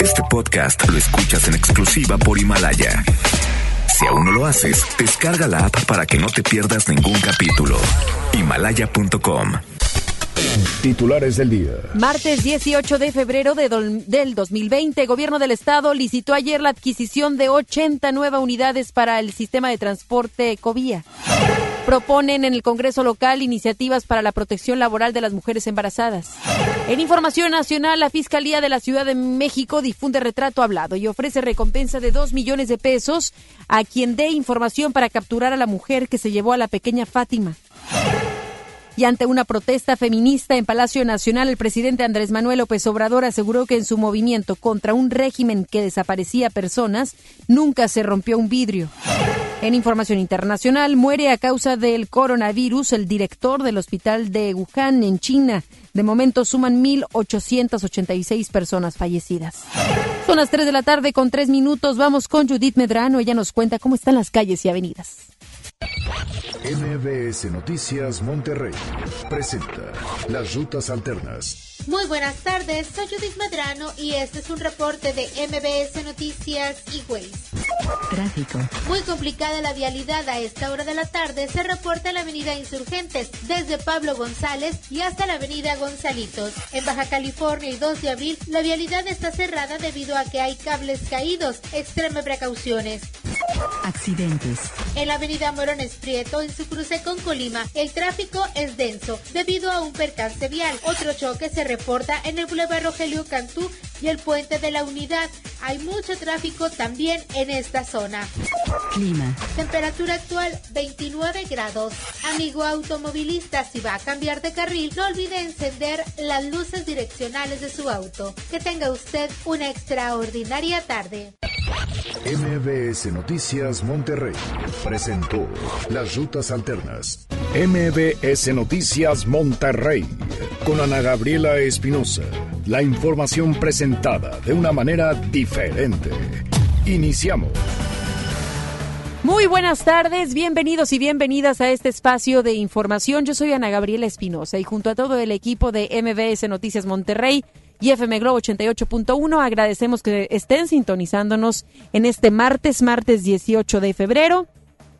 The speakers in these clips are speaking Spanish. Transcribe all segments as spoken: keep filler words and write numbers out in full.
Este podcast lo escuchas en exclusiva por Himalaya. Si aún no lo haces, descarga la app para que no te pierdas ningún capítulo. Himalaya punto com. Titulares del día. Martes dieciocho de febrero de do- del dos mil veinte, Gobierno del Estado licitó ayer la adquisición de ochenta nuevas unidades para el sistema de transporte Ecovía. Proponen en el Congreso local iniciativas para la protección laboral de las mujeres embarazadas. En información nacional, la Fiscalía de la Ciudad de México difunde retrato hablado y ofrece recompensa de dos millones de pesos a quien dé información para capturar a la mujer que se llevó a la pequeña Fátima. Y ante una protesta feminista en Palacio Nacional, el presidente Andrés Manuel López Obrador aseguró que en su movimiento contra un régimen que desaparecía personas, nunca se rompió un vidrio. En información internacional, muere a causa del coronavirus el director del hospital de Wuhan, en China. De momento suman mil ochocientas ochenta y seis personas fallecidas. Son las tres de la tarde con tres minutos. Vamos con Judith Medrano. Ella nos cuenta cómo están las calles y avenidas. M B S Noticias Monterrey presenta Las Rutas Alternas. Muy buenas tardes, soy Judith Medrano y este es un reporte de M B S Noticias y Waze. Tráfico. Muy complicada la vialidad a esta hora de la tarde. Se reporta en la avenida Insurgentes, desde Pablo González y hasta la avenida Gonzalitos. En Baja California y dos de abril, la vialidad está cerrada debido a que hay cables caídos. Extreme precauciones. Accidentes. En la avenida Morones Prieto, en su cruce con Colima, el tráfico es denso debido a un percance vial. Otro choque se reporta en el Boulevard Rogelio Cantú y el Puente de la Unidad. Hay mucho tráfico también en esta zona. Clima. Temperatura actual veintinueve grados. Amigo automovilista, si va a cambiar de carril, no olvide encender las luces direccionales de su auto. Que tenga usted una extraordinaria tarde. M B S Noticias Monterrey presentó Las Rutas Alternas. M B S Noticias Monterrey con Ana Gabriela Espinosa. La información presentada de una manera diferente. Iniciamos. Muy buenas tardes, bienvenidos y bienvenidas a este espacio de información. Yo soy Ana Gabriela Espinosa y junto a todo el equipo de M B S Noticias Monterrey y F M Globo ochenta y ocho punto uno, agradecemos que estén sintonizándonos en este martes, martes dieciocho de febrero,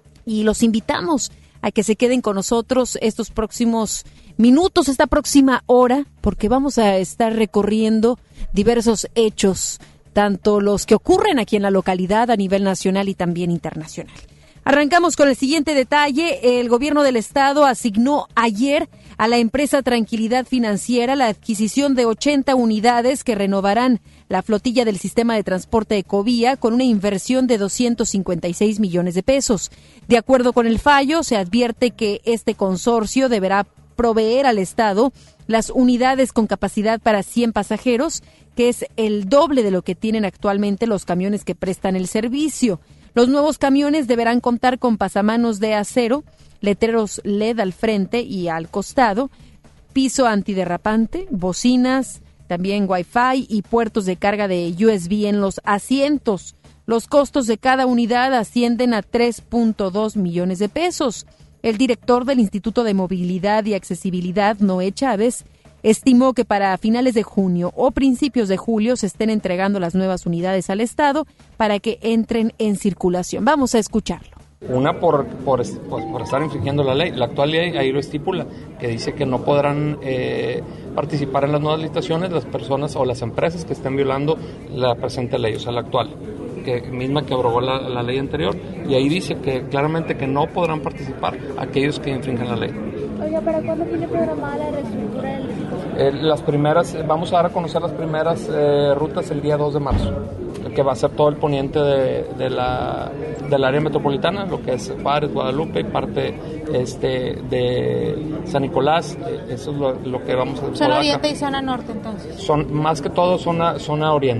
y los invitamos a que se queden con nosotros estos próximos minutos, esta próxima hora, porque vamos a estar recorriendo diversos hechos, tanto los que ocurren aquí en la localidad a nivel nacional y también internacional. Arrancamos con el siguiente detalle. El gobierno del estado asignó ayer a la empresa Tranquilidad Financiera la adquisición de ochenta unidades que renovarán la flotilla del sistema de transporte Ecovía con una inversión de doscientos cincuenta y seis millones de pesos. De acuerdo con el fallo, se advierte que este consorcio deberá proveer al estado las unidades con capacidad para cien pasajeros, que es el doble de lo que tienen actualmente los camiones que prestan el servicio. Los nuevos camiones deberán contar con pasamanos de acero, letreros L E D al frente y al costado, piso antiderrapante, bocinas, también Wi-Fi y puertos de carga de U S B en los asientos. Los costos de cada unidad ascienden a tres punto dos millones de pesos. El director del Instituto de Movilidad y Accesibilidad, Noé Chávez, estimó que para finales de junio o principios de julio se estén entregando las nuevas unidades al Estado para que entren en circulación. Vamos a escucharlo. Una por, por, por estar infringiendo la ley. La actual ley ahí lo estipula, que dice que no podrán eh, participar en las nuevas licitaciones las personas o las empresas que estén violando la presente ley, o sea, la actual, que misma que abrogó la, la ley anterior, y ahí dice que claramente que no podrán participar aquellos que infrinjan la ley. Oiga, ¿para cuándo tiene programada la reestructura de licitación? Eh, las primeras, vamos a dar a conocer las primeras eh, rutas el día dos de marzo, que va a ser todo el poniente de, de la, del área metropolitana, lo que es Juárez, Guadalupe y parte este, de San Nicolás. Eso es lo, lo que vamos a hacer. Zona oriente y zona norte, entonces. Son más que todo zona, zona oriente.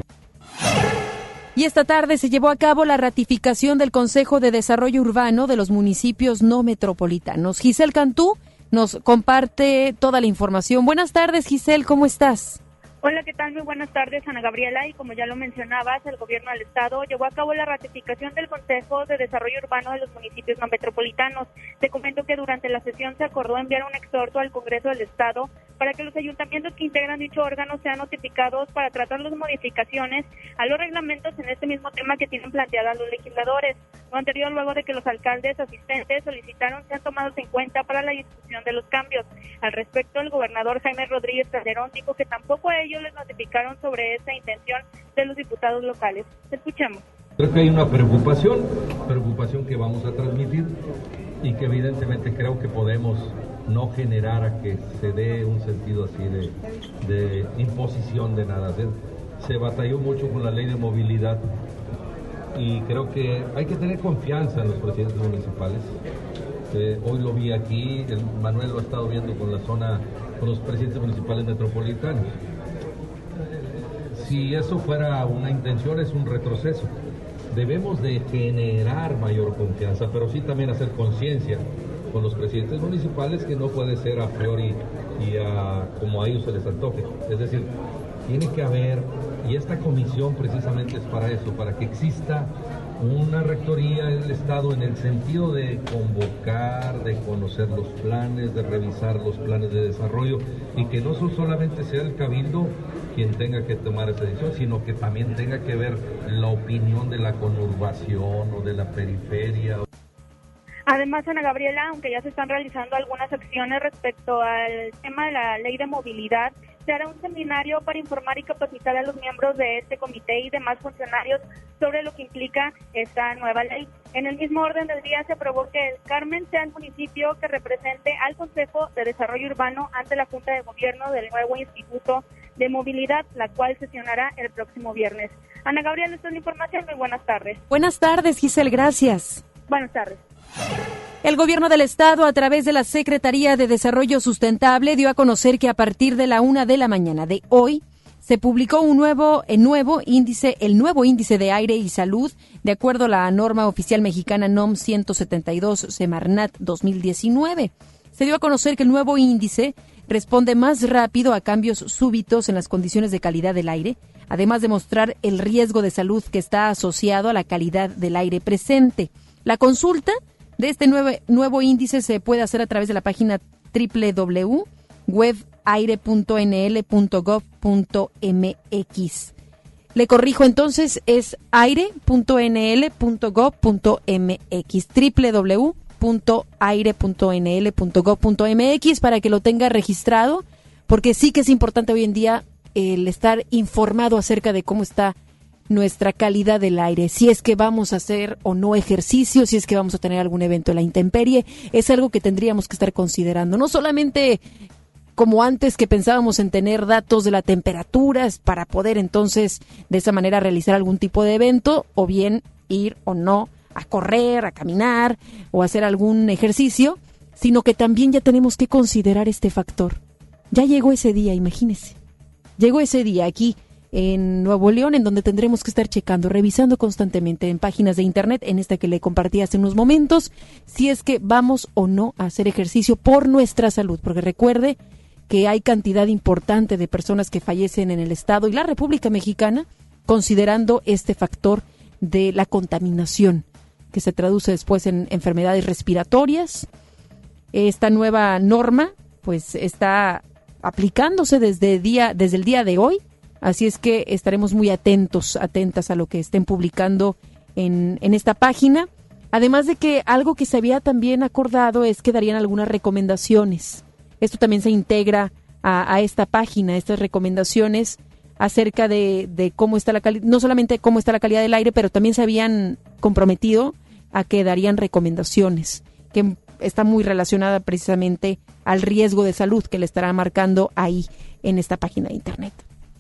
Y esta tarde se llevó a cabo la ratificación del Consejo de Desarrollo Urbano de los municipios no metropolitanos. Giselle Cantú nos comparte toda la información. Buenas tardes, Giselle, ¿cómo estás? Hola, ¿qué tal? Muy buenas tardes, Ana Gabriela. Y como ya lo mencionabas, el gobierno del estado llevó a cabo la ratificación del Consejo de Desarrollo Urbano de los municipios no metropolitanos. Te comento que durante la sesión se acordó enviar un exhorto al Congreso del Estado para que los ayuntamientos que integran dicho órgano sean notificados para tratar las modificaciones a los reglamentos en este mismo tema que tienen planteadas los legisladores. Lo anterior luego de que los alcaldes asistentes solicitaron sean tomados en cuenta para la discusión de los cambios. Al respecto, el gobernador Jaime Rodríguez Calderón dijo que tampoco a ellos les notificaron sobre esta intención de los diputados locales. Escuchemos. Creo que hay una preocupación, preocupación que vamos a transmitir y que evidentemente creo que podemos no generar a que se dé un sentido así de, de imposición de nada. Se, se batalló mucho con la ley de movilidad y creo que hay que tener confianza en los presidentes municipales. Eh, hoy lo vi aquí, el Manuel lo ha estado viendo con la zona, con los presidentes municipales metropolitanos. Si eso fuera una intención, es un retroceso. Debemos de generar mayor confianza, pero sí también hacer conciencia con los presidentes municipales que no puede ser a priori y a, como a ellos se les antoje. Es decir, tiene que haber, y esta comisión precisamente es para eso, para que exista una rectoría del Estado en el sentido de convocar, de conocer los planes, de revisar los planes de desarrollo y que no solamente sea el cabildo quien tenga que tomar esa decisión, sino que también tenga que ver la opinión de la conurbación o de la periferia. Además, Ana Gabriela, aunque ya se están realizando algunas acciones respecto al tema de la ley de movilidad, se hará un seminario para informar y capacitar a los miembros de este comité y demás funcionarios sobre lo que implica esta nueva ley. En el mismo orden del día se aprobó que el Carmen sea el municipio que represente al Consejo de Desarrollo Urbano ante la Junta de Gobierno del nuevo Instituto de Movilidad, la cual sesionará el próximo viernes. Ana Gabriela, esta es la información. Muy buenas tardes. Buenas tardes, Giselle, gracias. Buenas tardes. El gobierno del estado, a través de la Secretaría de Desarrollo Sustentable, dio a conocer que a partir de la una de la mañana de hoy se publicó un nuevo, el nuevo índice, el nuevo índice de aire y salud, de acuerdo a la norma oficial mexicana N O M ciento setenta y dos Semarnat dos mil diecinueve. Se dio a conocer que el nuevo índice responde más rápido a cambios súbitos en las condiciones de calidad del aire, además de mostrar el riesgo de salud que está asociado a la calidad del aire presente. La consulta de este nuevo, nuevo índice se puede hacer a través de la página doble u doble u doble u punto web aire punto ene ele punto gov punto eme equis. Le corrijo entonces, es aire punto ene ele punto gov punto eme equis, doble u doble u doble u punto aire punto ene ele punto gov punto eme equis, para que lo tenga registrado, porque sí que es importante hoy en día el estar informado acerca de cómo está nuestra calidad del aire, si es que vamos a hacer o no ejercicio, si es que vamos a tener algún evento en la intemperie. Es algo que tendríamos que estar considerando, no solamente como antes que pensábamos en tener datos de la temperatura para poder entonces de esa manera realizar algún tipo de evento, o bien ir o no a correr, a caminar o hacer algún ejercicio, sino que también ya tenemos que considerar este factor. Ya llegó ese día, imagínense. Llegó ese día aquí en Nuevo León, en donde tendremos que estar checando, revisando constantemente en páginas de internet, en esta que le compartí hace unos momentos, si es que vamos o no a hacer ejercicio por nuestra salud, porque recuerde que hay cantidad importante de personas que fallecen en el estado y la República Mexicana considerando este factor de la contaminación, que se traduce después en enfermedades respiratorias. Esta nueva norma pues está aplicándose desde día desde el día de hoy. Así es que estaremos muy atentos, atentas a lo que estén publicando en, en esta página. Además de que algo que se había también acordado es que darían algunas recomendaciones. Esto también se integra a, a esta página, estas recomendaciones acerca de, de cómo está la calidad, no solamente cómo está la calidad del aire, pero también se habían comprometido a que darían recomendaciones, que está muy relacionada precisamente al riesgo de salud que le estará marcando ahí en esta página de internet.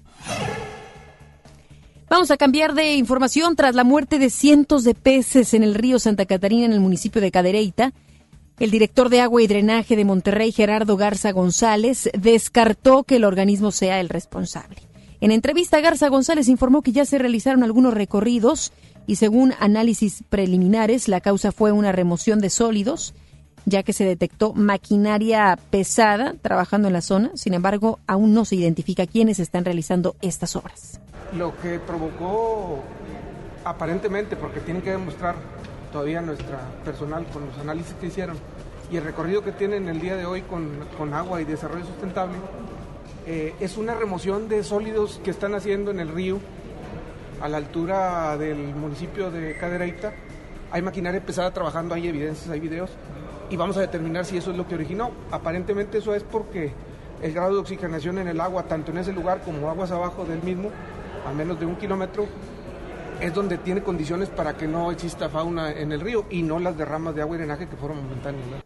Vamos a cambiar de información. Tras la muerte de cientos de peces en el río Santa Catarina, en el municipio de Cadereyta, el director de Agua y Drenaje de Monterrey, Gerardo Garza González, descartó que el organismo sea el responsable. En entrevista, Garza González informó que ya se realizaron algunos recorridos y, según análisis preliminares, la causa fue una remoción de sólidos, ya que se detectó maquinaria pesada trabajando en la zona. Sin embargo, aún no se identifica quiénes están realizando estas obras. Lo que provocó, aparentemente, porque tienen que demostrar todavía nuestra personal con los análisis que hicieron, y el recorrido que tienen el día de hoy con, con agua y desarrollo sustentable, eh, es una remoción de sólidos que están haciendo en el río, a la altura del municipio de Cadereyta. Hay maquinaria pesada trabajando, hay evidencias, hay videos, y vamos a determinar si eso es lo que originó. Aparentemente eso es porque el grado de oxigenación en el agua, tanto en ese lugar como aguas abajo del mismo, a menos de un kilómetro, es donde tiene condiciones para que no exista fauna en el río y no las derramas de agua y drenaje que fueron momentáneas, ¿no?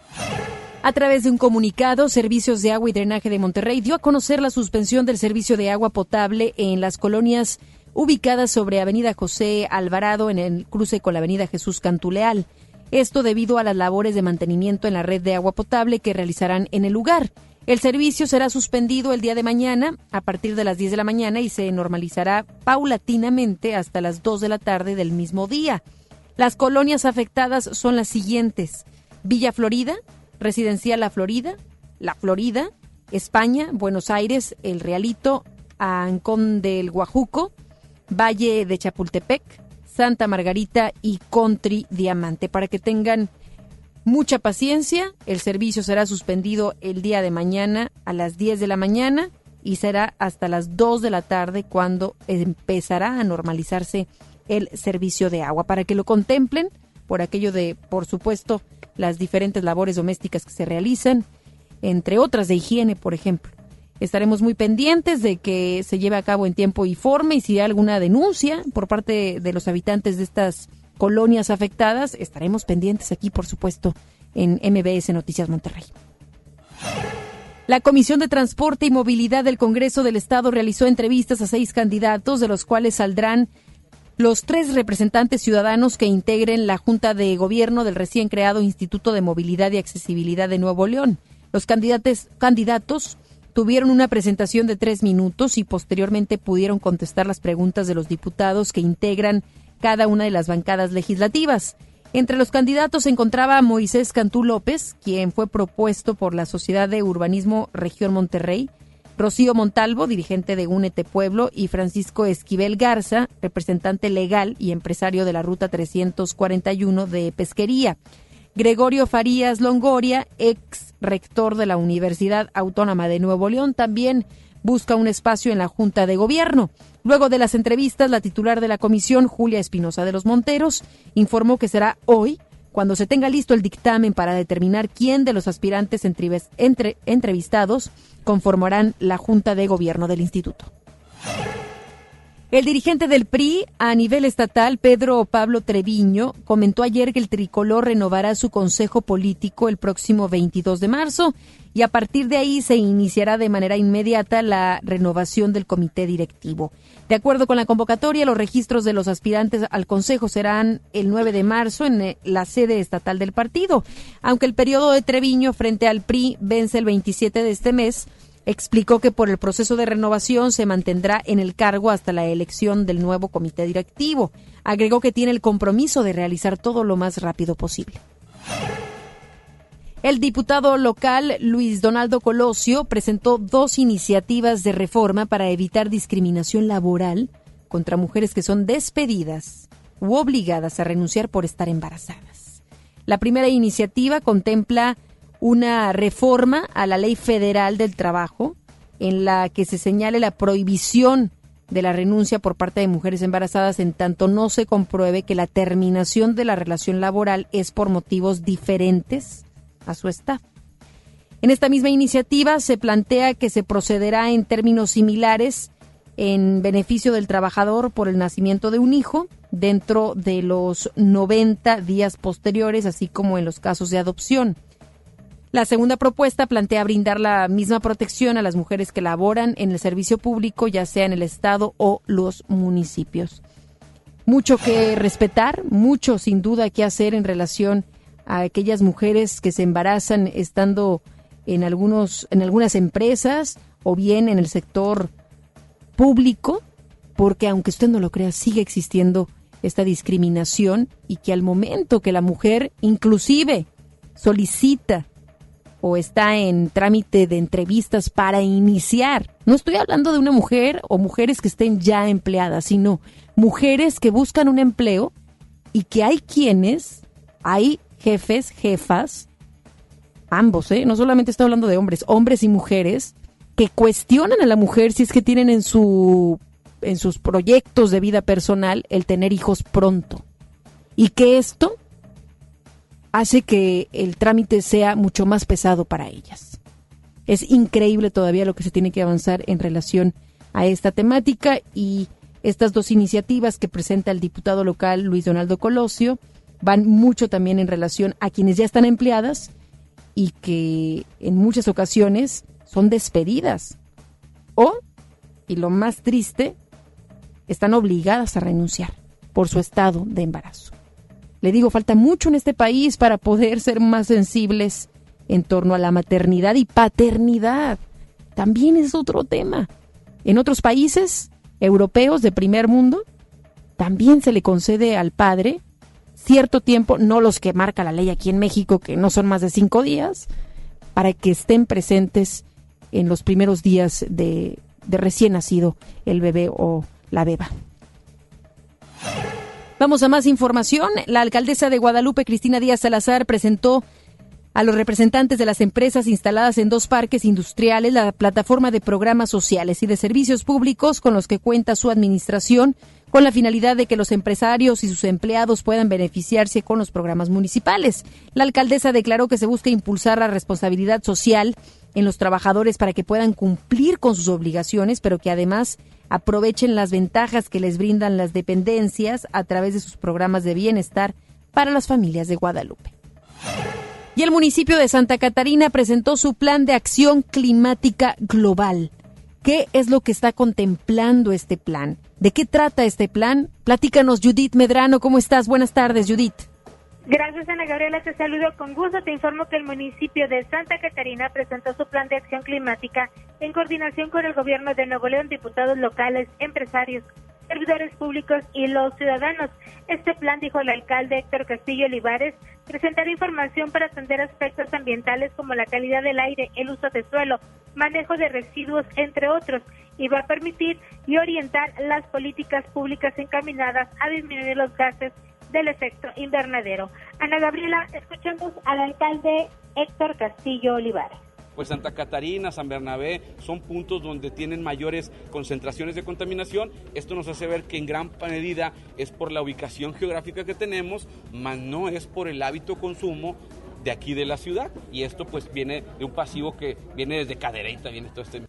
A través de un comunicado, Servicios de Agua y Drenaje de Monterrey dio a conocer la suspensión del servicio de agua potable en las colonias ubicadas sobre Avenida José Alvarado en el cruce con la Avenida Jesús Cantuleal. Esto debido a las labores de mantenimiento en la red de agua potable que realizarán en el lugar. El servicio será suspendido el día de mañana a partir de las diez de la mañana y se normalizará paulatinamente hasta las dos de la tarde del mismo día. Las colonias afectadas son las siguientes: Villa Florida, Residencial La Florida, La Florida, España, Buenos Aires, El Realito, Ancón del Guajuco, Valle de Chapultepec, Santa Margarita y Country Diamante. Para que tengan mucha paciencia, el servicio será suspendido el día de mañana a las diez de la mañana y será hasta las dos de la tarde cuando empezará a normalizarse el servicio de agua. Para que lo contemplen, por aquello de, por supuesto, las diferentes labores domésticas que se realizan, entre otras de higiene, por ejemplo. Estaremos muy pendientes de que se lleve a cabo en tiempo y forma, y si hay alguna denuncia por parte de los habitantes de estas colonias afectadas, estaremos pendientes aquí, por supuesto, en M B S Noticias Monterrey. La Comisión de Transporte y Movilidad del Congreso del Estado realizó entrevistas a seis candidatos, de los cuales saldrán los tres representantes ciudadanos que integren la Junta de Gobierno del recién creado Instituto de Movilidad y Accesibilidad de Nuevo León. Los candidatos, candidatos tuvieron una presentación de tres minutos y posteriormente pudieron contestar las preguntas de los diputados que integran cada una de las bancadas legislativas. Entre los candidatos se encontraba Moisés Cantú López, quien fue propuesto por la Sociedad de Urbanismo Región Monterrey, Rocío Montalvo, dirigente de Únete Pueblo, y Francisco Esquivel Garza, representante legal y empresario de la Ruta trescientos cuarenta y uno de Pesquería. Gregorio Farías Longoria, ex rector de la Universidad Autónoma de Nuevo León, también busca un espacio en la Junta de Gobierno. Luego de las entrevistas, la titular de la comisión, Julia Espinosa de los Monteros, informó que será hoy cuando se tenga listo el dictamen para determinar quién de los aspirantes entre, entre, entrevistados conformarán la Junta de Gobierno del Instituto. El dirigente del P R I a nivel estatal, Pedro Pablo Treviño, comentó ayer que el tricolor renovará su consejo político el próximo veintidós de marzo y a partir de ahí se iniciará de manera inmediata la renovación del comité directivo. De acuerdo con la convocatoria, los registros de los aspirantes al consejo serán el nueve de marzo en la sede estatal del partido. Aunque el periodo de Treviño frente al P R I vence el veintisiete de este mes, explicó que por el proceso de renovación se mantendrá en el cargo hasta la elección del nuevo comité directivo. Agregó que tiene el compromiso de realizar todo lo más rápido posible. El diputado local Luis Donaldo Colosio presentó dos iniciativas de reforma para evitar discriminación laboral contra mujeres que son despedidas u obligadas a renunciar por estar embarazadas. La primera iniciativa contempla una reforma a la Ley Federal del Trabajo en la que se señale la prohibición de la renuncia por parte de mujeres embarazadas en tanto no se compruebe que la terminación de la relación laboral es por motivos diferentes a su staff. En esta misma iniciativa se plantea que se procederá en términos similares en beneficio del trabajador por el nacimiento de un hijo dentro de los noventa días posteriores, así como en los casos de adopción. La segunda propuesta plantea brindar la misma protección a las mujeres que laboran en el servicio público, ya sea en el Estado o los municipios. Mucho que respetar, mucho sin duda que hacer en relación a aquellas mujeres que se embarazan estando en algunos, en algunas empresas o bien en el sector público, porque aunque usted no lo crea, sigue existiendo esta discriminación y que al momento que la mujer inclusive solicita o está en trámite de entrevistas para iniciar. No estoy hablando de una mujer o mujeres que estén ya empleadas, sino mujeres que buscan un empleo y que hay quienes, hay jefes, jefas, ambos, ¿eh? No solamente estoy hablando de hombres, hombres y mujeres que cuestionan a la mujer si es que tienen en su en sus proyectos de vida personal el tener hijos pronto. Y que esto hace que el trámite sea mucho más pesado para ellas. Es increíble todavía lo que se tiene que avanzar en relación a esta temática, y estas dos iniciativas que presenta el diputado local Luis Donaldo Colosio van mucho también en relación a quienes ya están empleadas y que en muchas ocasiones son despedidas o, y lo más triste, están obligadas a renunciar por su estado de embarazo. Le digo, falta mucho en este país para poder ser más sensibles en torno a la maternidad y paternidad. También es otro tema. En otros países europeos de primer mundo, también se le concede al padre cierto tiempo, no los que marca la ley aquí en México, que no son más de cinco días, para que estén presentes en los primeros días de, de recién nacido el bebé o la beba. Vamos a más información. La alcaldesa de Guadalupe, Cristina Díaz Salazar, presentó a los representantes de las empresas instaladas en dos parques industriales la plataforma de programas sociales y de servicios públicos con los que cuenta su administración, con la finalidad de que los empresarios y sus empleados puedan beneficiarse con los programas municipales. La alcaldesa declaró que se busca impulsar la responsabilidad social en los trabajadores para que puedan cumplir con sus obligaciones, pero que además aprovechen las ventajas que les brindan las dependencias a través de sus programas de bienestar para las familias de Guadalupe. Y el municipio de Santa Catarina presentó su plan de acción climática global. ¿Qué es lo que está contemplando este plan? ¿De qué trata este plan? Platícanos, Judith Medrano. ¿Cómo estás? Buenas tardes, Judith. Gracias, Ana Gabriela. Te saludo con gusto. Te informo que el municipio de Santa Catarina presentó su plan de acción climática en coordinación con el gobierno de Nuevo León, diputados locales, empresarios, servidores públicos y los ciudadanos. Este plan, dijo el alcalde Héctor Castillo Olivares, presentará información para atender aspectos ambientales como la calidad del aire, el uso de suelo, manejo de residuos, entre otros, y va a permitir y orientar las políticas públicas encaminadas a disminuir los gases del efecto invernadero. Ana Gabriela, escuchamos al alcalde Héctor Castillo Olivares. Pues Santa Catarina, San Bernabé son puntos donde tienen mayores concentraciones de contaminación. Esto nos hace ver que en gran medida es por la ubicación geográfica que tenemos, más no es por el hábito consumo de aquí de la ciudad. Y esto pues viene de un pasivo que viene desde Cadereyta, viene todo este...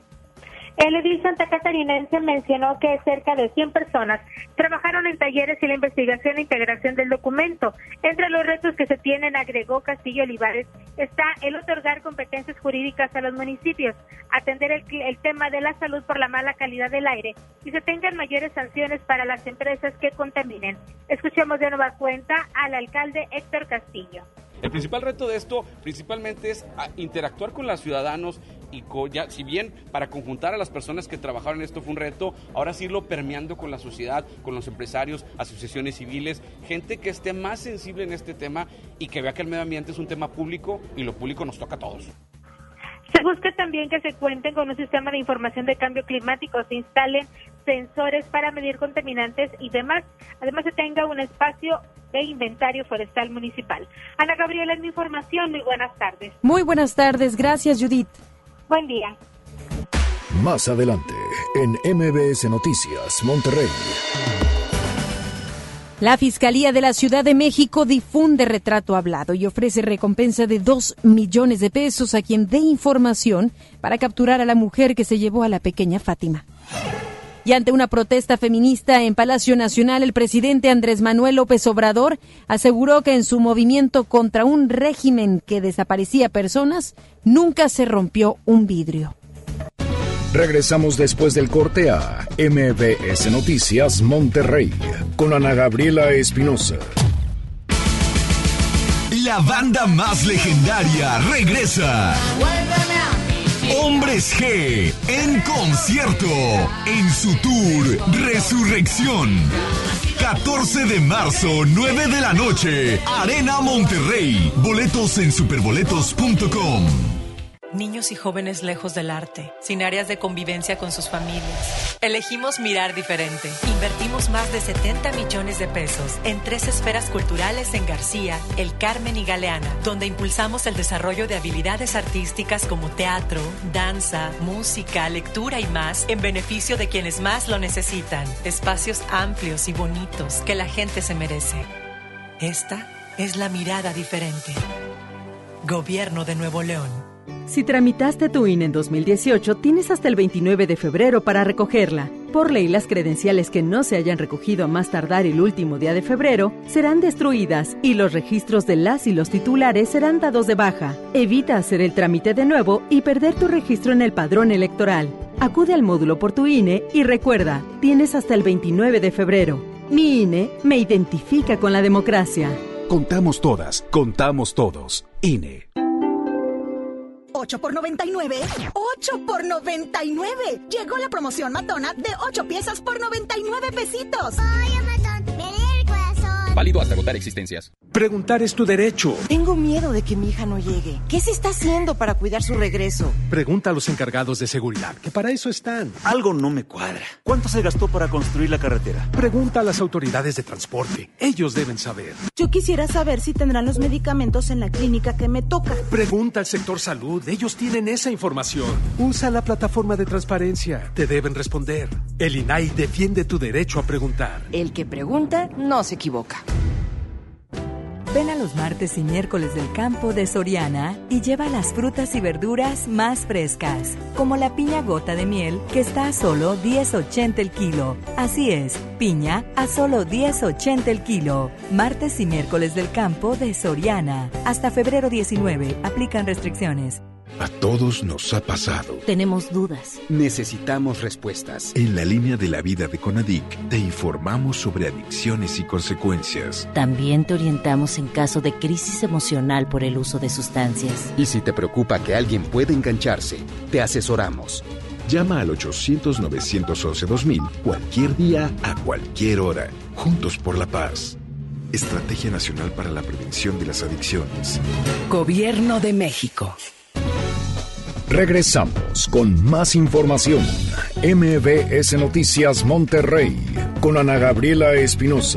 El edil santa catarinense mencionó que cerca de cien personas trabajaron en talleres y la investigación e integración del documento. Entre los retos que se tienen, agregó Castillo Olivares, está el otorgar competencias jurídicas a los municipios, atender el, el tema de la salud por la mala calidad del aire y se tengan mayores sanciones para las empresas que contaminen. Escuchemos de nueva cuenta al alcalde Héctor Castillo. El principal reto de esto principalmente es interactuar con los ciudadanos y con, ya, si bien para conjuntar a las personas que trabajaron en esto fue un reto, ahora sí irlo permeando con la sociedad, con los empresarios, asociaciones civiles, gente que esté más sensible en este tema y que vea que el medio ambiente es un tema público y lo público nos toca a todos. Se busca también que se cuenten con un sistema de información de cambio climático, se instalen sensores para medir contaminantes y demás. Además, se tenga un espacio de inventario forestal municipal. Ana Gabriela, es mi información. Muy buenas tardes. Muy buenas tardes. Gracias, Judith. Buen día. Más adelante, en M B S Noticias, Monterrey. La Fiscalía de la Ciudad de México difunde retrato hablado y ofrece recompensa de dos millones de pesos a quien dé información para capturar a la mujer que se llevó a la pequeña Fátima. Y ante una protesta feminista en Palacio Nacional, el presidente Andrés Manuel López Obrador aseguró que en su movimiento contra un régimen que desaparecía personas, nunca se rompió un vidrio. Regresamos después del corte a M B S Noticias Monterrey con Ana Gabriela Espinosa. La banda más legendaria regresa. Hombres G en concierto en su tour Resurrección. catorce de marzo, nueve de la noche, Arena Monterrey. Boletos en superboletos punto com. Niños y jóvenes lejos del arte, sin áreas de convivencia con sus familias. Elegimos mirar diferente. Invertimos más de setenta millones de pesos en tres esferas culturales en García, El Carmen y Galeana, donde impulsamos el desarrollo de habilidades artísticas como teatro, danza, música, lectura y más en beneficio de quienes más lo necesitan. Espacios amplios y bonitos que la gente se merece. Esta es la mirada diferente. Gobierno de Nuevo León. Si tramitaste tu I N E en dos mil dieciocho, tienes hasta el veintinueve de febrero para recogerla. Por ley, las credenciales que no se hayan recogido a más tardar el último día de febrero serán destruidas y los registros de las y los titulares serán dados de baja. Evita hacer el trámite de nuevo y perder tu registro en el padrón electoral. Acude al módulo por tu I N E y recuerda, tienes hasta el veintinueve de febrero. Mi I N E me identifica con la democracia. Contamos todas, contamos todos. I N E. ocho por noventa y nueve. ocho por noventa y nueve. Llegó la promoción matona de ocho piezas por noventa y nueve pesitos. Oye, matón, me lee el corazón. Válido hasta agotar existencias. Preguntar es tu derecho. Tengo miedo de que mi hija no llegue. ¿Qué se está haciendo para cuidar su regreso? Pregunta a los encargados de seguridad, que para eso están. Algo no me cuadra. ¿Cuánto se gastó para construir la carretera? Pregunta a las autoridades de transporte. Ellos deben saber. Yo quisiera saber si tendrán los medicamentos en la clínica que me toca. Pregunta al sector salud. Ellos tienen esa información. Usa la plataforma de transparencia. Te deben responder. El I N A I defiende tu derecho a preguntar. El que pregunta no se equivoca. Ven a los martes y miércoles del campo de Soriana y lleva las frutas y verduras más frescas, como la piña gota de miel que está a solo diez ochenta el kilo. Así es, piña a solo diez ochenta el kilo. Martes y miércoles del campo de Soriana. Hasta febrero diecinueve. Aplican restricciones. A todos nos ha pasado. Tenemos dudas. Necesitamos respuestas. En la línea de la vida de CONADIC te informamos sobre adicciones y consecuencias. También te orientamos en caso de crisis emocional por el uso de sustancias. Y si te preocupa que alguien pueda engancharse, te asesoramos. Llama al ochocientos, novecientos once, dos mil cualquier día, a cualquier hora. Juntos por la paz. Estrategia Nacional para la Prevención de las Adicciones. Gobierno de México. Regresamos con más información. M B S Noticias Monterrey con Ana Gabriela Espinosa.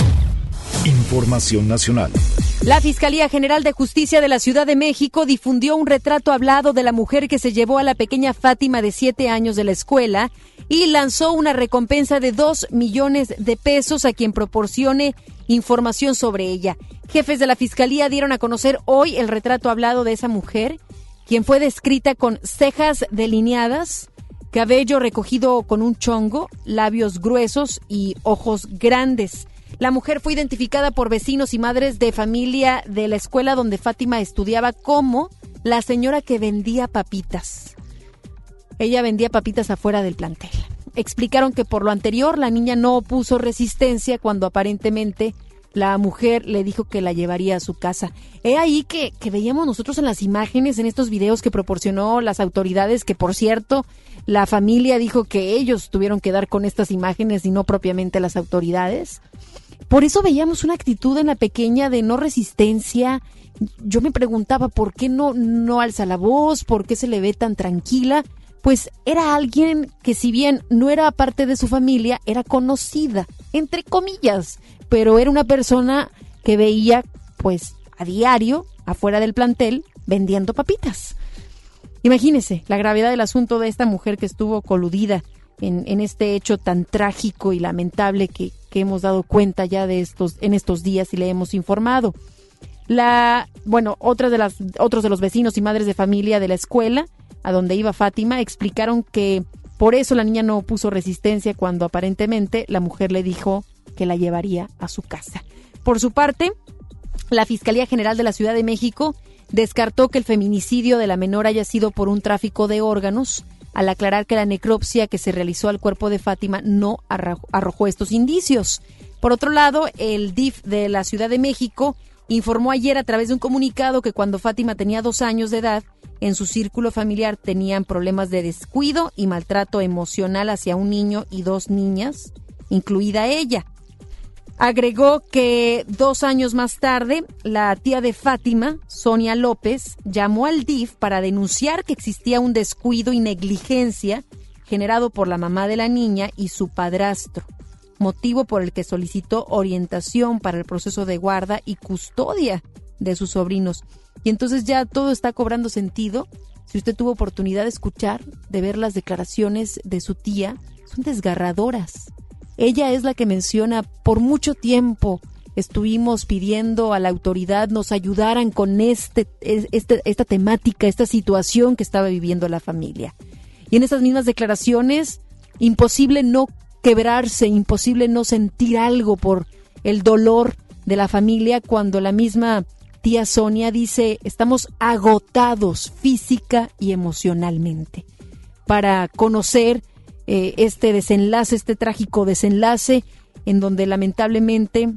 Información nacional. La Fiscalía General de Justicia de la Ciudad de México difundió un retrato hablado de la mujer que se llevó a la pequeña Fátima de siete años de la escuela y lanzó una recompensa de dos millones de pesos a quien proporcione información sobre ella. Jefes de la Fiscalía dieron a conocer hoy el retrato hablado de esa mujer, quien fue descrita con cejas delineadas, cabello recogido con un chongo, labios gruesos y ojos grandes. La mujer fue identificada por vecinos y madres de familia de la escuela donde Fátima estudiaba como la señora que vendía papitas. Ella vendía papitas afuera del plantel. Explicaron que por lo anterior la niña no opuso resistencia cuando aparentemente la mujer le dijo que la llevaría a su casa. He ahí que, que veíamos nosotros en las imágenes, en estos videos que proporcionó las autoridades, que por cierto, la familia dijo que ellos tuvieron que dar con estas imágenes y no propiamente las autoridades. Por eso veíamos una actitud en la pequeña de no resistencia. Yo me preguntaba por qué no, no alza la voz, por qué se le ve tan tranquila. Pues era alguien que, si bien no era parte de su familia, era conocida, entre comillas, pero era una persona que veía pues a diario afuera del plantel vendiendo papitas. Imagínense la gravedad del asunto de esta mujer que estuvo coludida en, en este hecho tan trágico y lamentable que, que hemos dado cuenta ya de estos en estos días y le hemos informado. La, bueno, otras de las, otros de los vecinos y madres de familia de la escuela a donde iba Fátima explicaron que por eso la niña no opuso resistencia cuando aparentemente la mujer le dijo que la llevaría a su casa. Por su parte, la Fiscalía General de la Ciudad de México descartó que el feminicidio de la menor haya sido por un tráfico de órganos, al aclarar que la necropsia que se realizó al cuerpo de Fátima no arrojó estos indicios. Por otro lado, el D I F de la Ciudad de México informó ayer a través de un comunicado que cuando Fátima tenía dos años de edad, en su círculo familiar tenían problemas de descuido y maltrato emocional hacia un niño y dos niñas, incluida ella. Agregó que dos años más tarde, la tía de Fátima, Sonia López, llamó al D I F para denunciar que existía un descuido y negligencia generado por la mamá de la niña y su padrastro, motivo por el que solicitó orientación para el proceso de guarda y custodia de sus sobrinos. Y entonces ya todo está cobrando sentido. Si usted tuvo oportunidad de escuchar, de ver las declaraciones de su tía, son desgarradoras. Ella es la que menciona: por mucho tiempo estuvimos pidiendo a la autoridad nos ayudaran con este, este, esta temática, esta situación que estaba viviendo la familia. Y en esas mismas declaraciones, imposible no quebrarse, imposible no sentir algo por el dolor de la familia cuando la misma tía Sonia dice: estamos agotados física y emocionalmente para conocer eh, este desenlace, este trágico desenlace en donde lamentablemente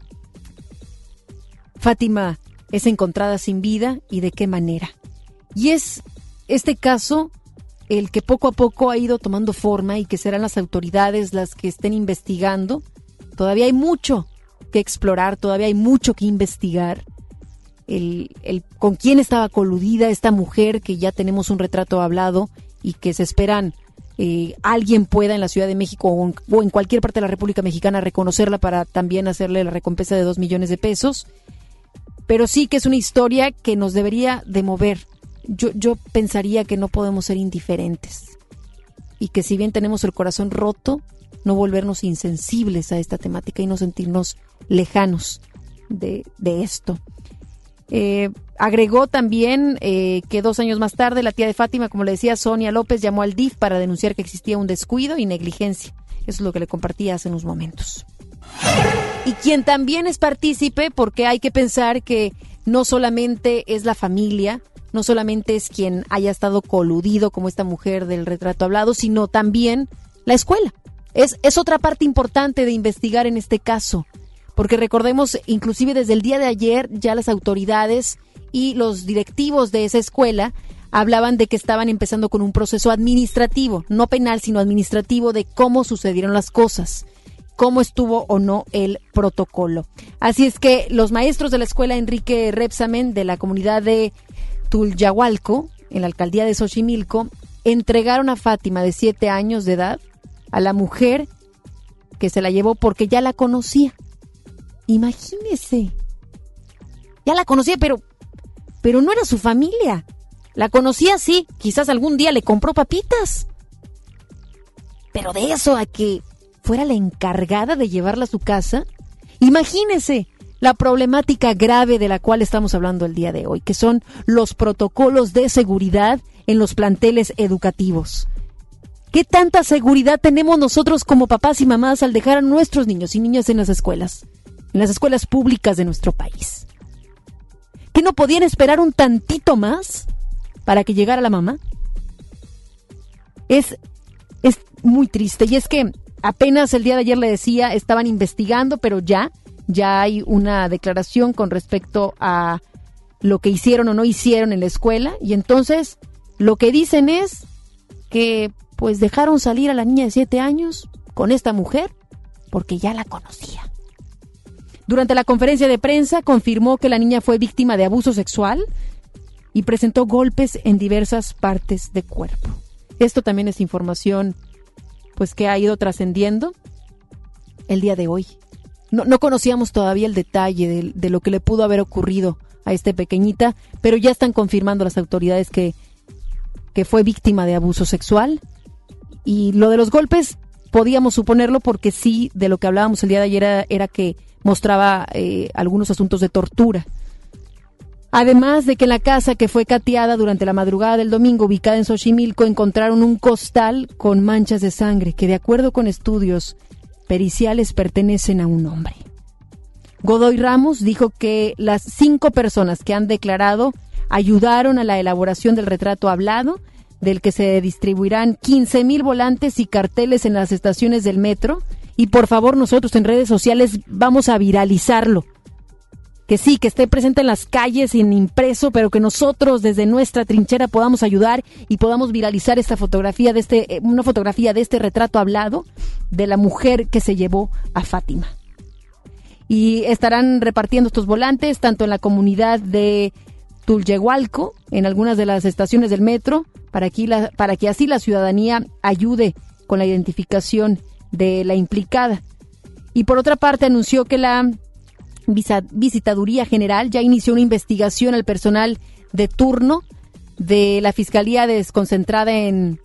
Fátima es encontrada sin vida y de qué manera. Y es este caso el que poco a poco ha ido tomando forma y que serán las autoridades las que estén investigando. Todavía hay mucho que explorar, todavía hay mucho que investigar. El, el con quién estaba coludida esta mujer, que ya tenemos un retrato hablado y que se esperan eh, alguien pueda en la Ciudad de México o en, o en cualquier parte de la República Mexicana reconocerla para también hacerle la recompensa de dos millones de pesos. Pero sí que es una historia que nos debería de mover. Yo, yo pensaría que no podemos ser indiferentes y que si bien tenemos el corazón roto, no volvernos insensibles a esta temática y no sentirnos lejanos de, de esto. Eh, agregó también eh, que dos años más tarde la tía de Fátima, como le decía, Sonia López, llamó al D I F para denunciar que existía un descuido y negligencia. Eso es lo que le compartía hace unos momentos. Y quien también es partícipe, porque hay que pensar que no solamente es la familia, no solamente es quien haya estado coludido como esta mujer del retrato hablado, sino también la escuela. Es, es otra parte importante de investigar en este caso, porque recordemos, inclusive desde el día de ayer, ya las autoridades y los directivos de esa escuela hablaban de que estaban empezando con un proceso administrativo, no penal, sino administrativo, de cómo sucedieron las cosas, cómo estuvo o no el protocolo. Así es que los maestros de la escuela Enrique Repsamen, de la comunidad de Tulyahualco, en la alcaldía de Xochimilco, entregaron a Fátima, de siete años de edad, a la mujer que se la llevó porque ya la conocía. Imagínese, ya la conocía, pero, pero no era su familia. La conocía, sí, quizás algún día le compró papitas. Pero de eso a que fuera la encargada de llevarla a su casa, imagínese la problemática grave de la cual estamos hablando el día de hoy, que son los protocolos de seguridad en los planteles educativos. ¿Qué tanta seguridad tenemos nosotros como papás y mamás al dejar a nuestros niños y niñas en las escuelas, en las escuelas públicas de nuestro país? ¿Que no podían esperar un tantito más para que llegara la mamá? Es, es muy triste, y es que apenas el día de ayer le decía, estaban investigando, pero ya, ya hay una declaración con respecto a lo que hicieron o no hicieron en la escuela, y entonces lo que dicen es que pues dejaron salir a la niña de siete años con esta mujer porque ya la conocía. Durante la conferencia de prensa confirmó que la niña fue víctima de abuso sexual y presentó golpes en diversas partes del cuerpo. Esto también es información pues que ha ido trascendiendo el día de hoy. No, no conocíamos todavía el detalle de, de lo que le pudo haber ocurrido a esta pequeñita, pero ya están confirmando las autoridades que, que fue víctima de abuso sexual. Y lo de los golpes podíamos suponerlo porque sí, de lo que hablábamos el día de ayer era, era que mostraba eh, algunos asuntos de tortura. Además de que en la casa que fue cateada durante la madrugada del domingo, ubicada en Xochimilco, encontraron un costal con manchas de sangre que, de acuerdo con estudios periciales, pertenecen a un hombre. Godoy Ramos dijo que las cinco personas que han declarado ayudaron a la elaboración del retrato hablado, del que se distribuirán quince mil volantes y carteles en las estaciones del metro. Y por favor, nosotros en redes sociales vamos a viralizarlo. Que sí, que esté presente en las calles y en impreso, pero que nosotros desde nuestra trinchera podamos ayudar y podamos viralizar esta fotografía de este, una fotografía de este retrato hablado de la mujer que se llevó a Fátima. Y estarán repartiendo estos volantes tanto en la comunidad de Tulyehualco, en algunas de las estaciones del metro, para, aquí la, para que así la ciudadanía ayude con la identificación de la implicada. Y por otra parte anunció que la Visitaduría General ya inició una investigación al personal de turno de la Fiscalía desconcentrada en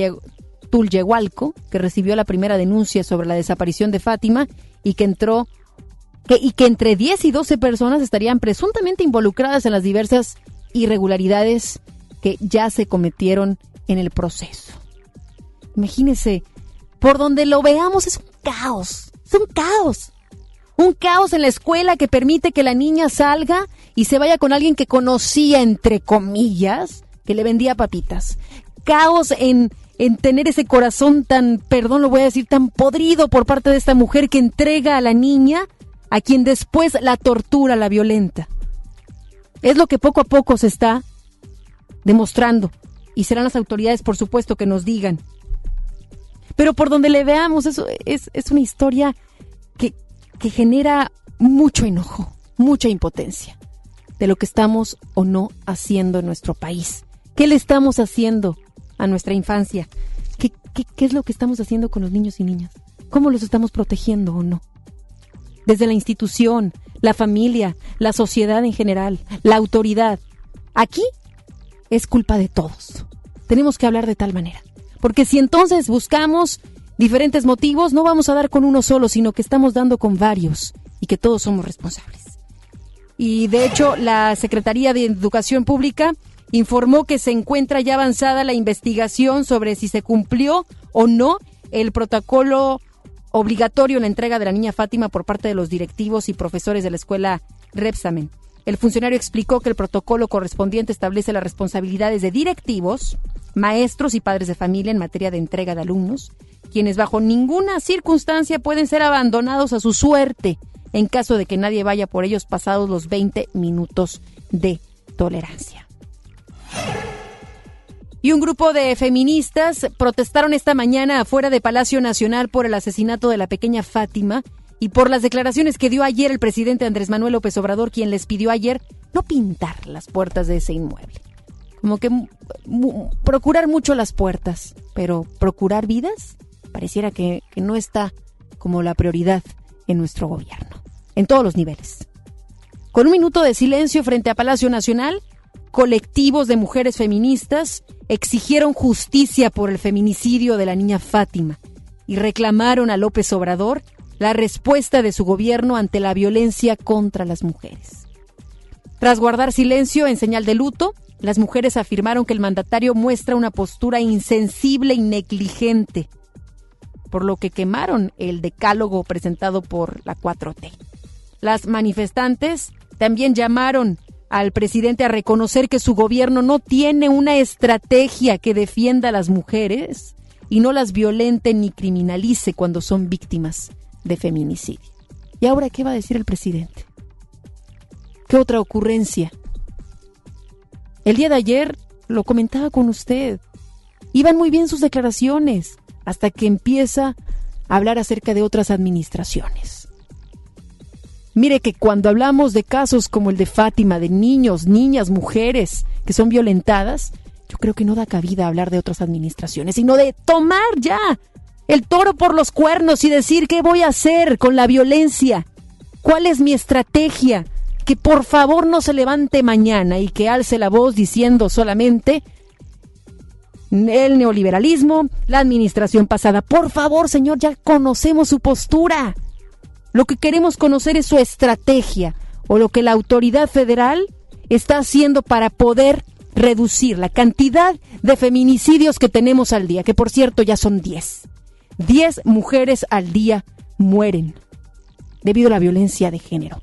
Tulyehualco, que recibió la primera denuncia sobre la desaparición de Fátima y que entró que, y que entre diez y doce personas estarían presuntamente involucradas en las diversas irregularidades que ya se cometieron en el proceso. Imagínense, por donde lo veamos es un caos, es un caos. Un caos en la escuela que permite que la niña salga y se vaya con alguien que conocía, entre comillas, que le vendía papitas. Caos en, en tener ese corazón tan, perdón, lo voy a decir, tan podrido por parte de esta mujer que entrega a la niña a quien después la tortura, la violenta. Es lo que poco a poco se está demostrando y serán las autoridades, por supuesto, que nos digan. Pero por donde le veamos, eso es, es una historia que, que genera mucho enojo, mucha impotencia de lo que estamos o no haciendo en nuestro país. ¿Qué le estamos haciendo a nuestra infancia? ¿Qué, qué, qué es lo que estamos haciendo con los niños y niñas? ¿Cómo los estamos protegiendo o no? Desde la institución, la familia, la sociedad en general, la autoridad. Aquí es culpa de todos. Tenemos que hablar de tal manera. Porque si entonces buscamos diferentes motivos, no vamos a dar con uno solo, sino que estamos dando con varios y que todos somos responsables. Y de hecho, la Secretaría de Educación Pública informó que se encuentra ya avanzada la investigación sobre si se cumplió o no el protocolo obligatorio en la entrega de la niña Fátima por parte de los directivos y profesores de la escuela Repsamen. El funcionario explicó que el protocolo correspondiente establece las responsabilidades de directivos, maestros y padres de familia en materia de entrega de alumnos, quienes bajo ninguna circunstancia pueden ser abandonados a su suerte en caso de que nadie vaya por ellos pasados los veinte minutos de tolerancia. Y un grupo de feministas protestaron esta mañana afuera de Palacio Nacional por el asesinato de la pequeña Fátima y por las declaraciones que dio ayer el presidente Andrés Manuel López Obrador, quien les pidió ayer no pintar las puertas de ese inmueble. Como que m- m- procurar mucho las puertas, pero procurar vidas pareciera que, que no está como la prioridad en nuestro gobierno, en todos los niveles. Con un minuto de silencio frente a Palacio Nacional, colectivos de mujeres feministas exigieron justicia por el feminicidio de la niña Fátima y reclamaron a López Obrador la respuesta de su gobierno ante la violencia contra las mujeres. Tras guardar silencio en señal de luto, las mujeres afirmaron que el mandatario muestra una postura insensible y negligente, por lo que quemaron el decálogo presentado por la cuatro T. Las manifestantes también llamaron al presidente a reconocer que su gobierno no tiene una estrategia que defienda a las mujeres y no las violente ni criminalice cuando son víctimas de feminicidio. ¿Y ahora qué va a decir el presidente? ¿Qué otra ocurrencia? El día de ayer lo comentaba con usted. Iban muy bien sus declaraciones hasta que empieza a hablar acerca de otras administraciones. Mire que cuando hablamos de casos como el de Fátima, de niños, niñas, mujeres que son violentadas, yo creo que no da cabida a hablar de otras administraciones, sino de tomar ya el toro por los cuernos y decir qué voy a hacer con la violencia, cuál es mi estrategia, que por favor no se levante mañana y que alce la voz diciendo solamente el neoliberalismo, la administración pasada. Por favor, señor, ya conocemos su postura. Lo que queremos conocer es su estrategia o lo que la autoridad federal está haciendo para poder reducir la cantidad de feminicidios que tenemos al día, que por cierto ya son diez. diez mujeres al día mueren debido a la violencia de género.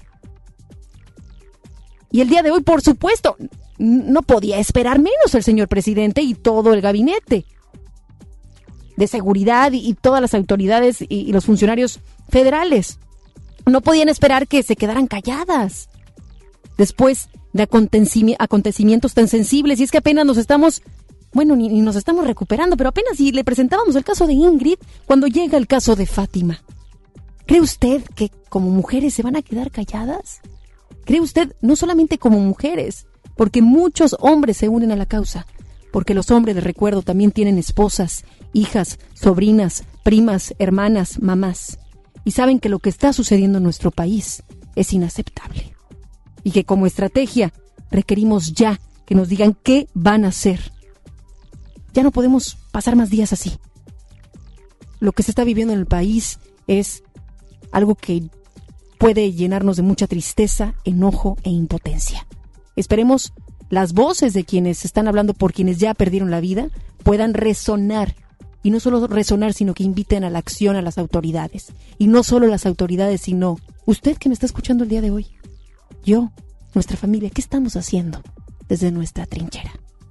Y el día de hoy, por supuesto, no podía esperar menos el señor presidente y todo el gabinete de seguridad y todas las autoridades y los funcionarios federales. No podían esperar que se quedaran calladas después de acontecimientos tan sensibles. Y es que apenas nos estamos, bueno, ni, ni nos estamos recuperando, pero apenas si le presentábamos el caso de Ingrid, cuando llega el caso de Fátima. ¿Cree usted que como mujeres se van a quedar calladas? ¿Cree usted, no solamente como mujeres, porque muchos hombres se unen a la causa, porque los hombres, de recuerdo, también tienen esposas, hijas, sobrinas, primas, hermanas, mamás, y saben que lo que está sucediendo en nuestro país es inaceptable, y que como estrategia requerimos ya que nos digan qué van a hacer. Ya no podemos pasar más días así. Lo que se está viviendo en el país es algo que puede llenarnos de mucha tristeza, enojo e impotencia. Esperemos las voces de quienes están hablando por quienes ya perdieron la vida puedan resonar, y no solo resonar, sino que inviten a la acción a las autoridades, y no solo las autoridades, sino usted que me está escuchando el día de hoy, yo, nuestra familia, ¿qué estamos haciendo desde nuestra trinchera?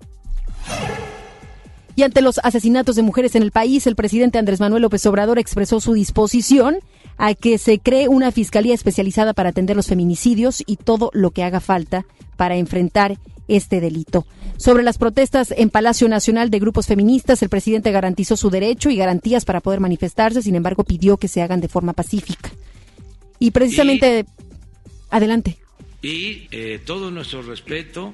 Y ante los asesinatos de mujeres en el país, el presidente Andrés Manuel López Obrador expresó su disposición a que se cree una fiscalía especializada para atender los feminicidios y todo lo que haga falta para enfrentar este delito. Sobre las protestas en Palacio Nacional de grupos feministas, el presidente garantizó su derecho y garantías para poder manifestarse, sin embargo pidió que se hagan de forma pacífica. Y precisamente, y, adelante. Y eh, todo nuestro respeto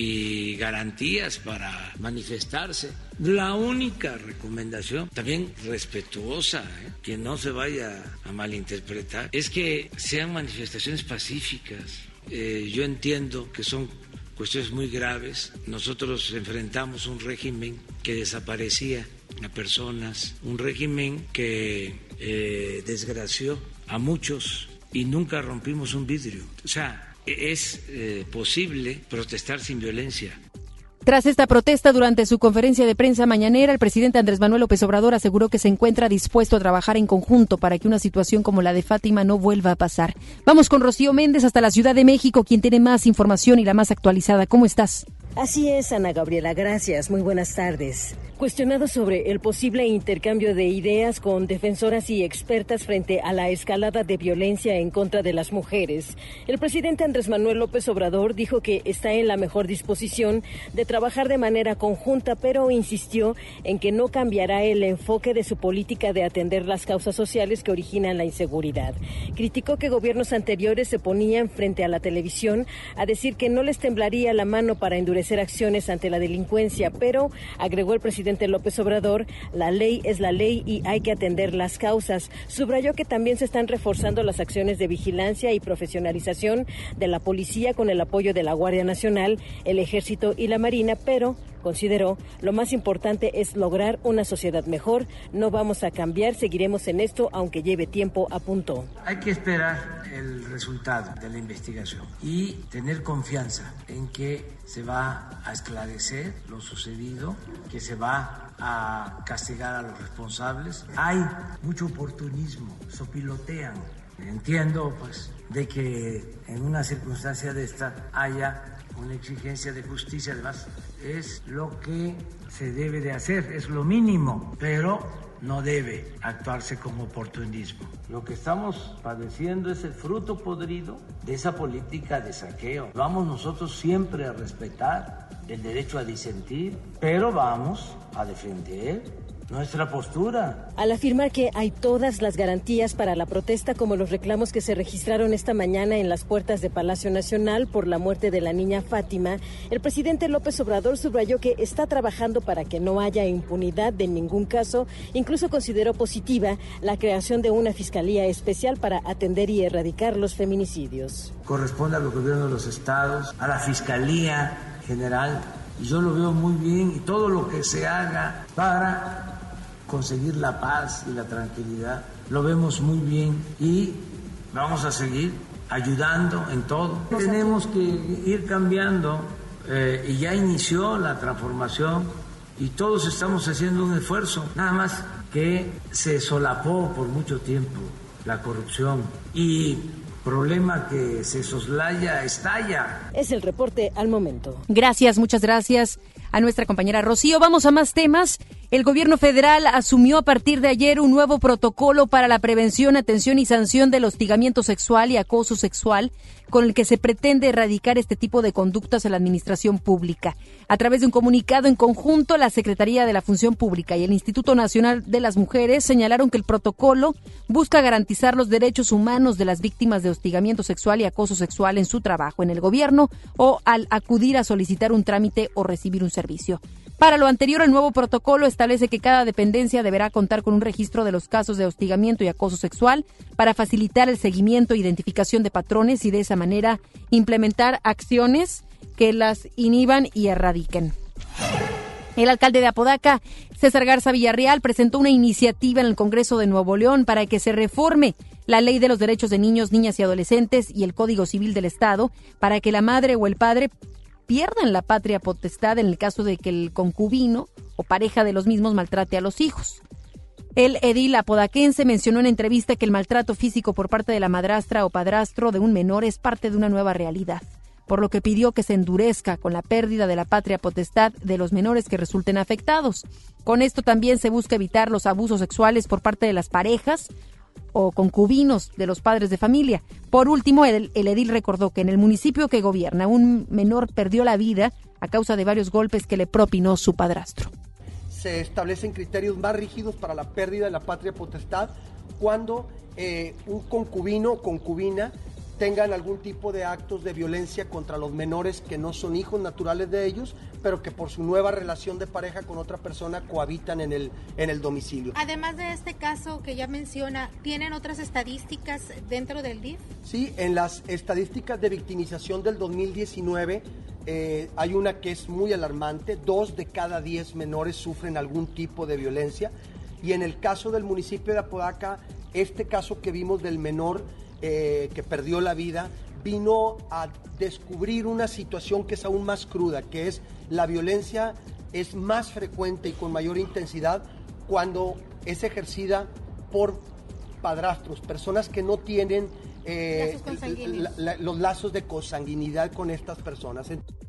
y garantías para manifestarse. La única recomendación, también respetuosa, ¿eh? que no se vaya a malinterpretar, es que sean manifestaciones pacíficas. Eh, yo entiendo que son cuestiones muy graves. Nosotros enfrentamos un régimen que desaparecía a personas, un régimen que eh, desgració a muchos y nunca rompimos un vidrio. O sea, es eh, posible protestar sin violencia. Tras esta protesta, durante su conferencia de prensa mañanera, el presidente Andrés Manuel López Obrador aseguró que se encuentra dispuesto a trabajar en conjunto para que una situación como la de Fátima no vuelva a pasar. Vamos con Rocío Méndez hasta la Ciudad de México, quien tiene más información y la más actualizada. ¿Cómo estás? Así es, Ana Gabriela, gracias. Muy buenas tardes. Cuestionado sobre el posible intercambio de ideas con defensoras y expertas frente a la escalada de violencia en contra de las mujeres, el presidente Andrés Manuel López Obrador dijo que está en la mejor disposición de trabajar de manera conjunta, pero insistió en que no cambiará el enfoque de su política de atender las causas sociales que originan la inseguridad. Criticó que gobiernos anteriores se ponían frente a la televisión a decir que no les temblaría la mano para endurecer acciones ante la delincuencia, pero, agregó el presidente López Obrador, la ley es la ley y hay que atender las causas. Subrayó que también se están reforzando las acciones de vigilancia y profesionalización de la policía con el apoyo de la Guardia Nacional, el Ejército y la Marina, pero consideró, lo más importante es lograr una sociedad mejor. No vamos a cambiar, seguiremos en esto aunque lleve tiempo, apuntó. Hay que esperar el resultado de la investigación y tener confianza en que se va a esclarecer lo sucedido, que se va a castigar a los responsables. Hay mucho oportunismo, sopilotean. Entiendo, pues, de que en una circunstancia de esta haya una exigencia de justicia, además es lo que se debe de hacer, es lo mínimo, pero no debe actuarse con oportunismo. Lo que estamos padeciendo es el fruto podrido de esa política de saqueo. Vamos nosotros siempre a respetar el derecho a disentir, pero vamos a defender nuestra postura. Al afirmar que hay todas las garantías para la protesta, como los reclamos que se registraron esta mañana en las puertas de Palacio Nacional por la muerte de la niña Fátima, el presidente López Obrador subrayó que está trabajando para que no haya impunidad de ningún caso. Incluso consideró positiva la creación de una fiscalía especial para atender y erradicar los feminicidios. Corresponde al gobierno de los estados, a la Fiscalía General, y yo lo veo muy bien, y todo lo que se haga para conseguir la paz y la tranquilidad, lo vemos muy bien y vamos a seguir ayudando en todo. Tenemos que ir cambiando eh, y ya inició la transformación y todos estamos haciendo un esfuerzo, nada más que se solapó por mucho tiempo la corrupción y problema que se soslaya, estalla. Es el reporte al momento. Gracias, muchas gracias a nuestra compañera Rocío. Vamos a más temas. El gobierno federal asumió a partir de ayer un nuevo protocolo para la prevención, atención y sanción del hostigamiento sexual y acoso sexual, con el que se pretende erradicar este tipo de conductas en la administración pública. A través de un comunicado en conjunto, la Secretaría de la Función Pública y el Instituto Nacional de las Mujeres señalaron que el protocolo busca garantizar los derechos humanos de las víctimas de hostigamiento sexual y acoso sexual en su trabajo en el gobierno o al acudir a solicitar un trámite o recibir un servicio. Para lo anterior, el nuevo protocolo establece que cada dependencia deberá contar con un registro de los casos de hostigamiento y acoso sexual para facilitar el seguimiento e identificación de patrones y de esa manera implementar acciones que las inhiban y erradiquen. El alcalde de Apodaca, César Garza Villarreal, presentó una iniciativa en el Congreso de Nuevo León para que se reforme la Ley de los Derechos de Niños, Niñas y Adolescentes y el Código Civil del Estado para que la madre o el padre pierdan la patria potestad en el caso de que el concubino o pareja de los mismos maltrate a los hijos. El edil apodaquense mencionó en entrevista que el maltrato físico por parte de la madrastra o padrastro de un menor es parte de una nueva realidad, por lo que pidió que se endurezca con la pérdida de la patria potestad de los menores que resulten afectados. Con esto también se busca evitar los abusos sexuales por parte de las parejas o concubinos de los padres de familia. Por último, el, el edil recordó que en el municipio que gobierna, un menor perdió la vida a causa de varios golpes que le propinó su padrastro. Se establecen criterios más rígidos para la pérdida de la patria potestad cuando eh, un concubino o concubina tengan algún tipo de actos de violencia contra los menores que no son hijos naturales de ellos, pero que por su nueva relación de pareja con otra persona cohabitan en el, en el domicilio. Además de este caso que ya menciona, ¿tienen otras estadísticas dentro del D I F? Sí, en las estadísticas de victimización del dos mil diecinueve eh, hay una que es muy alarmante: dos de cada diez menores sufren algún tipo de violencia, y en el caso del municipio de Apodaca, este caso que vimos del menor Eh, que perdió la vida, vino a descubrir una situación que es aún más cruda, que es la violencia es más frecuente y con mayor intensidad cuando es ejercida por padrastros, personas que no tienen eh, la, la, los lazos de consanguinidad con estas personas.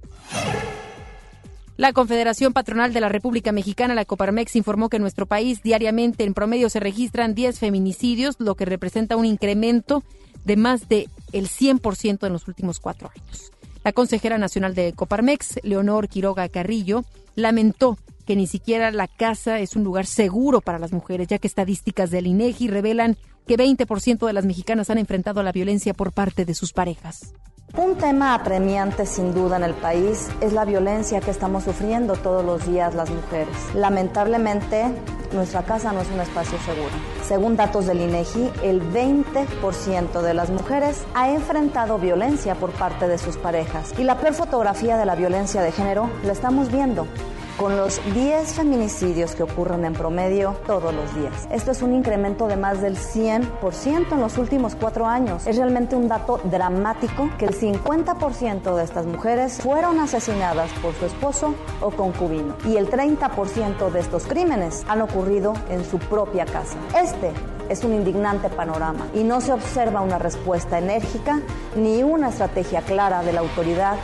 La Confederación Patronal de la República Mexicana, la Coparmex, informó que en nuestro país diariamente en promedio se registran diez feminicidios, lo que representa un incremento de más del cien por ciento en los últimos cuatro años. La consejera nacional de Coparmex, Leonor Quiroga Carrillo, lamentó que ni siquiera la casa es un lugar seguro para las mujeres, ya que estadísticas del INEGI revelan que veinte por ciento de las mexicanas han enfrentado a la violencia por parte de sus parejas. Un tema apremiante sin duda en el país es la violencia que estamos sufriendo todos los días las mujeres. Lamentablemente, nuestra casa no es un espacio seguro. Según datos del INEGI, el veinte por ciento de las mujeres ha enfrentado violencia por parte de sus parejas. Y la peor fotografía de la violencia de género la estamos viendo con los diez feminicidios que ocurren en promedio todos los días. Esto es un incremento de más del cien por ciento en los últimos cuatro años. Es realmente un dato dramático que el cincuenta por ciento de estas mujeres fueron asesinadas por su esposo o concubino, y el treinta por ciento de estos crímenes han ocurrido en su propia casa. Este es un indignante panorama y no se observa una respuesta enérgica ni una estrategia clara de la autoridad.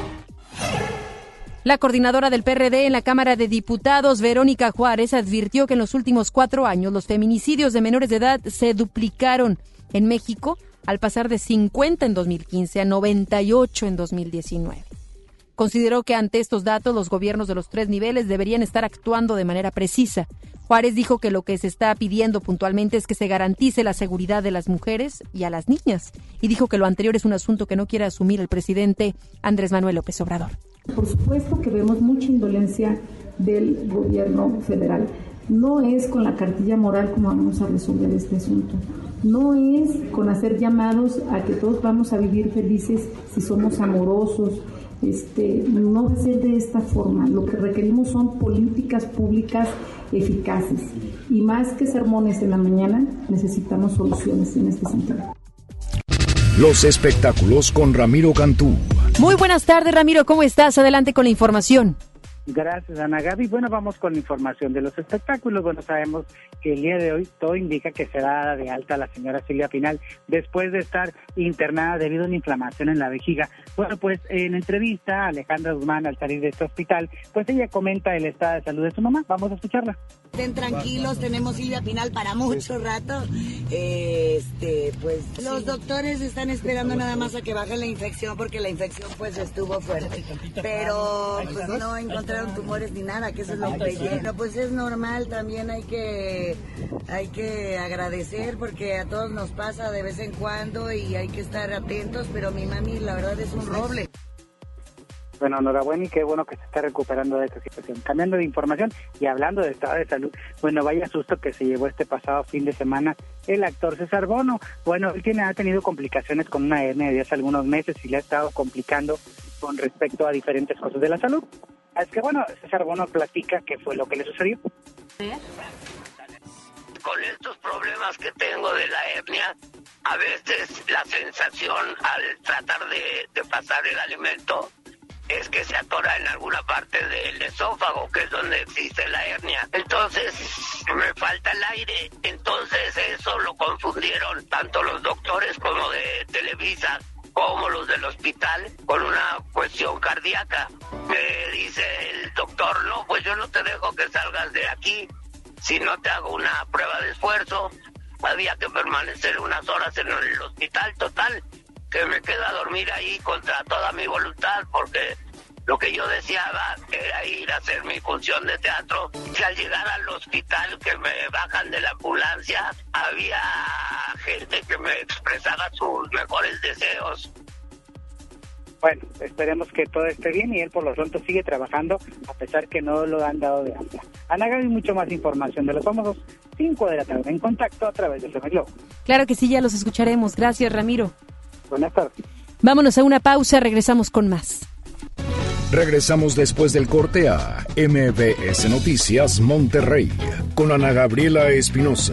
La coordinadora del P R D en la Cámara de Diputados, Verónica Juárez, advirtió que en los últimos cuatro años los feminicidios de menores de edad se duplicaron en México al pasar de cincuenta en dos mil quince a noventa y ocho en dos mil diecinueve. Consideró que ante estos datos los gobiernos de los tres niveles deberían estar actuando de manera precisa. Juárez dijo que lo que se está pidiendo puntualmente es que se garantice la seguridad de las mujeres y a las niñas, y dijo que lo anterior es un asunto que no quiere asumir el presidente Andrés Manuel López Obrador. Por supuesto que vemos mucha indolencia del gobierno federal. No es con la cartilla moral como vamos a resolver este asunto. No es con hacer llamados a que todos vamos a vivir felices si somos amorosos. Este, no va a ser de esta forma. Lo que requerimos son políticas públicas eficaces. Y más que sermones en la mañana, necesitamos soluciones en este sentido. Los espectáculos con Ramiro Cantú. Muy buenas tardes, Ramiro, ¿cómo estás? Adelante con la información. Gracias, Ana Gaby. Bueno, vamos con información de los espectáculos. Bueno, sabemos que el día de hoy todo indica que será de alta la señora Silvia Pinal después de estar internada debido a una inflamación en la vejiga. Bueno, pues en entrevista a Alejandra Guzmán al salir de este hospital, pues ella comenta el estado de salud de su mamá. Vamos a escucharla. Estén tranquilos, tenemos Silvia Pinal para mucho rato. Este, pues los doctores están esperando nada más a que baje la infección porque la infección pues estuvo fuerte. Pero pues no encontraron tumores ni nada, que eso es lo que llena. Pues es normal, también hay que hay que agradecer porque a todos nos pasa de vez en cuando y hay que estar atentos, pero mi mami la verdad es un roble. Bueno, enhorabuena y qué bueno que se está recuperando de esta situación. Cambiando de información y hablando de estado de salud, bueno, vaya susto que se llevó este pasado fin de semana el actor César Bono. Bueno, él tiene, ha tenido complicaciones con una hernia de hace algunos meses y le ha estado complicando con respecto a diferentes cosas de la salud. Es que bueno, César Bono platica qué fue lo que le sucedió. Con estos problemas que tengo de la hernia, a veces la sensación al tratar de, de pasar el alimento es que se atora en alguna parte del esófago, que es donde existe la hernia. Entonces me falta el aire. Entonces eso lo confundieron tanto los doctores como de Televisa como los del hospital con una cuestión cardíaca. Me dice el doctor, no, pues yo no te dejo que salgas de aquí si no te hago una prueba de esfuerzo. Había que permanecer unas horas en el hospital, total, que me queda a dormir ahí contra toda mi voluntad, porque lo que yo deseaba era ir a hacer mi función de teatro. Y al llegar al hospital, que me bajan de la ambulancia, había gente que me expresaba sus mejores deseos. Bueno, esperemos que todo esté bien y él por lo pronto sigue trabajando a pesar que no lo han dado de alta. Ana Gaby, mucho más información de los famosos, cinco de la tarde, en contacto a través de F M Globo. Claro que sí, ya los escucharemos. Gracias, Ramiro. Buenas tardes. Vámonos a una pausa, regresamos con más. Regresamos después del corte a M B S Noticias Monterrey con Ana Gabriela Espinosa.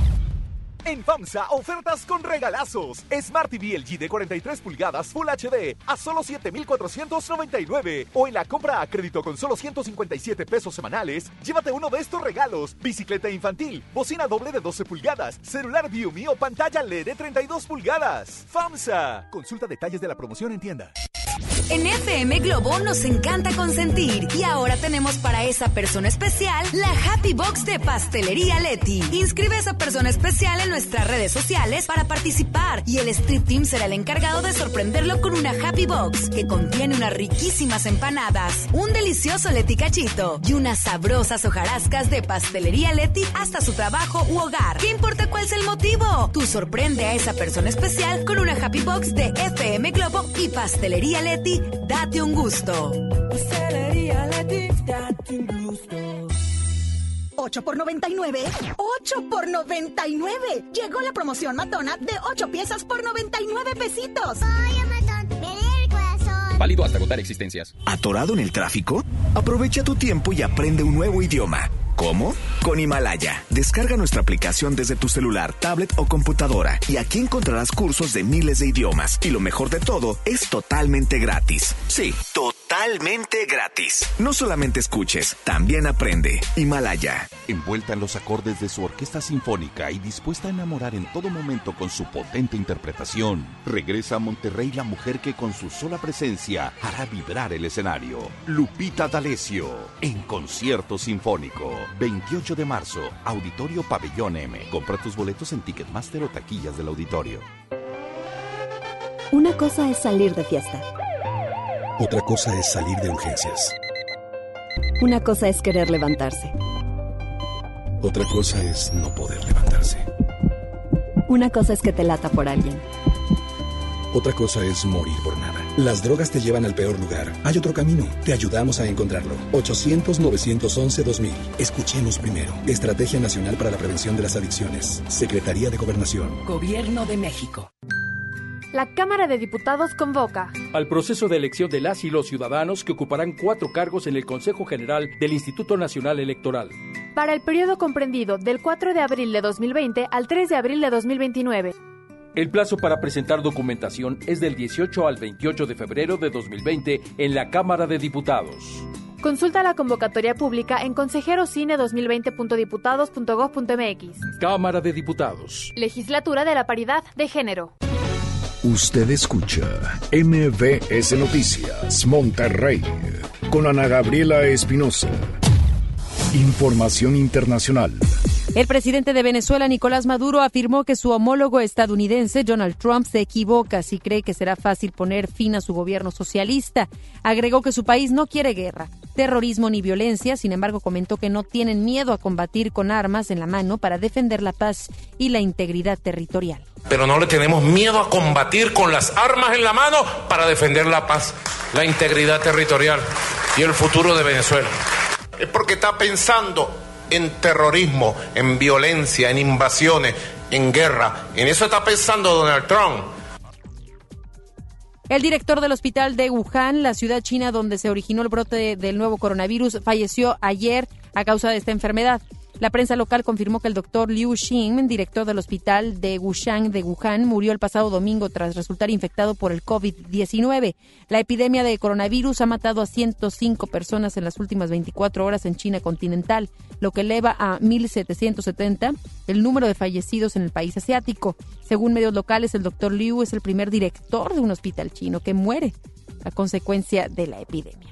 En FAMSA, ofertas con regalazos. Smart T V L G de cuarenta y tres pulgadas Full H D a solo siete mil cuatrocientos noventa y nueve. O en la compra a crédito con solo ciento cincuenta y siete pesos semanales, llévate uno de estos regalos. Bicicleta infantil, bocina doble de doce pulgadas, celular Viumi o pantalla L E D de treinta y dos pulgadas. FAMSA. Consulta detalles de la promoción en tienda. En F M Globo nos encanta consentir y ahora tenemos para esa persona especial la Happy Box de Pastelería Leti. Inscribe a esa persona especial en nuestras redes sociales para participar y el Street Team será el encargado de sorprenderlo con una Happy Box que contiene unas riquísimas empanadas, un delicioso Leti cachito y unas sabrosas hojarascas de Pastelería Leti hasta su trabajo u hogar. ¿Qué importa cuál sea el motivo? Tú sorprende a esa persona especial con una Happy Box de F M Globo y Pastelería Leti. Date un gusto. Pastelería Leti, date un gusto. ocho por noventa y nueve. ocho por noventa y nueve. Llegó la promoción matona de ocho piezas por noventa y nueve pesitos. Oye, matón, me lee el corazón. Válido hasta agotar existencias. ¿Atorado en el tráfico? Aprovecha tu tiempo y aprende un nuevo idioma. ¿Cómo? Con Himalaya. Descarga nuestra aplicación desde tu celular, tablet o computadora y aquí encontrarás cursos de miles de idiomas. Y lo mejor de todo, es totalmente gratis. Sí, totalmente gratis. No solamente escuches, también aprende. Himalaya. Envuelta en los acordes de su orquesta sinfónica y dispuesta a enamorar en todo momento con su potente interpretación, regresa a Monterrey la mujer que con su sola presencia hará vibrar el escenario. Lupita D'Alessio, en concierto sinfónico. veintiocho de marzo, Auditorio Pabellón M. Compra tus boletos en Ticketmaster o taquillas del auditorio. Una cosa es salir de fiesta. Otra cosa es salir de urgencias. Una cosa es querer levantarse. Otra cosa es no poder levantarse. Una cosa es que te lata por alguien. Otra cosa es morir por nada. Las drogas te llevan al peor lugar. Hay otro camino. Te ayudamos a encontrarlo. ochocientos, novecientos once, dos mil. Escuchemos primero. Estrategia Nacional para la Prevención de las Adicciones. Secretaría de Gobernación. Gobierno de México. La Cámara de Diputados convoca al proceso de elección de las y los ciudadanos que ocuparán cuatro cargos en el Consejo General del Instituto Nacional Electoral. Para el periodo comprendido del cuatro de abril de dos mil veinte al tres de abril de dos mil veintinueve. El plazo para presentar documentación es del dieciocho al veintiocho de febrero de dos mil veinte en la Cámara de Diputados. Consulta la convocatoria pública en consejerocine dos mil veinte punto diputados punto gob punto mx. Cámara de Diputados. Legislatura de la Paridad de Género. Usted escucha M V S Noticias Monterrey con Ana Gabriela Espinosa. Información internacional. El presidente de Venezuela, Nicolás Maduro, afirmó que su homólogo estadounidense, Donald Trump, se equivoca si cree que será fácil poner fin a su gobierno socialista. Agregó que su país no quiere guerra, terrorismo ni violencia. Sin embargo, comentó que no tienen miedo a combatir con armas en la mano para defender la paz y la integridad territorial. Pero no le tenemos miedo a combatir con las armas en la mano para defender la paz, la integridad territorial y el futuro de Venezuela. Es porque está pensando en terrorismo, en violencia, en invasiones, en guerra. En eso está pensando Donald Trump. El director del hospital de Wuhan, la ciudad china donde se originó el brote del nuevo coronavirus, falleció ayer a causa de esta enfermedad. La prensa local confirmó que el doctor Liu Xin, director del hospital de Wuhan de Wuhan, murió el pasado domingo tras resultar infectado por el covid diecinueve. La epidemia de coronavirus ha matado a ciento cinco personas en las últimas veinticuatro horas en China continental, lo que eleva a mil setecientos setenta el número de fallecidos en el país asiático. Según medios locales, el doctor Liu es el primer director de un hospital chino que muere a consecuencia de la epidemia.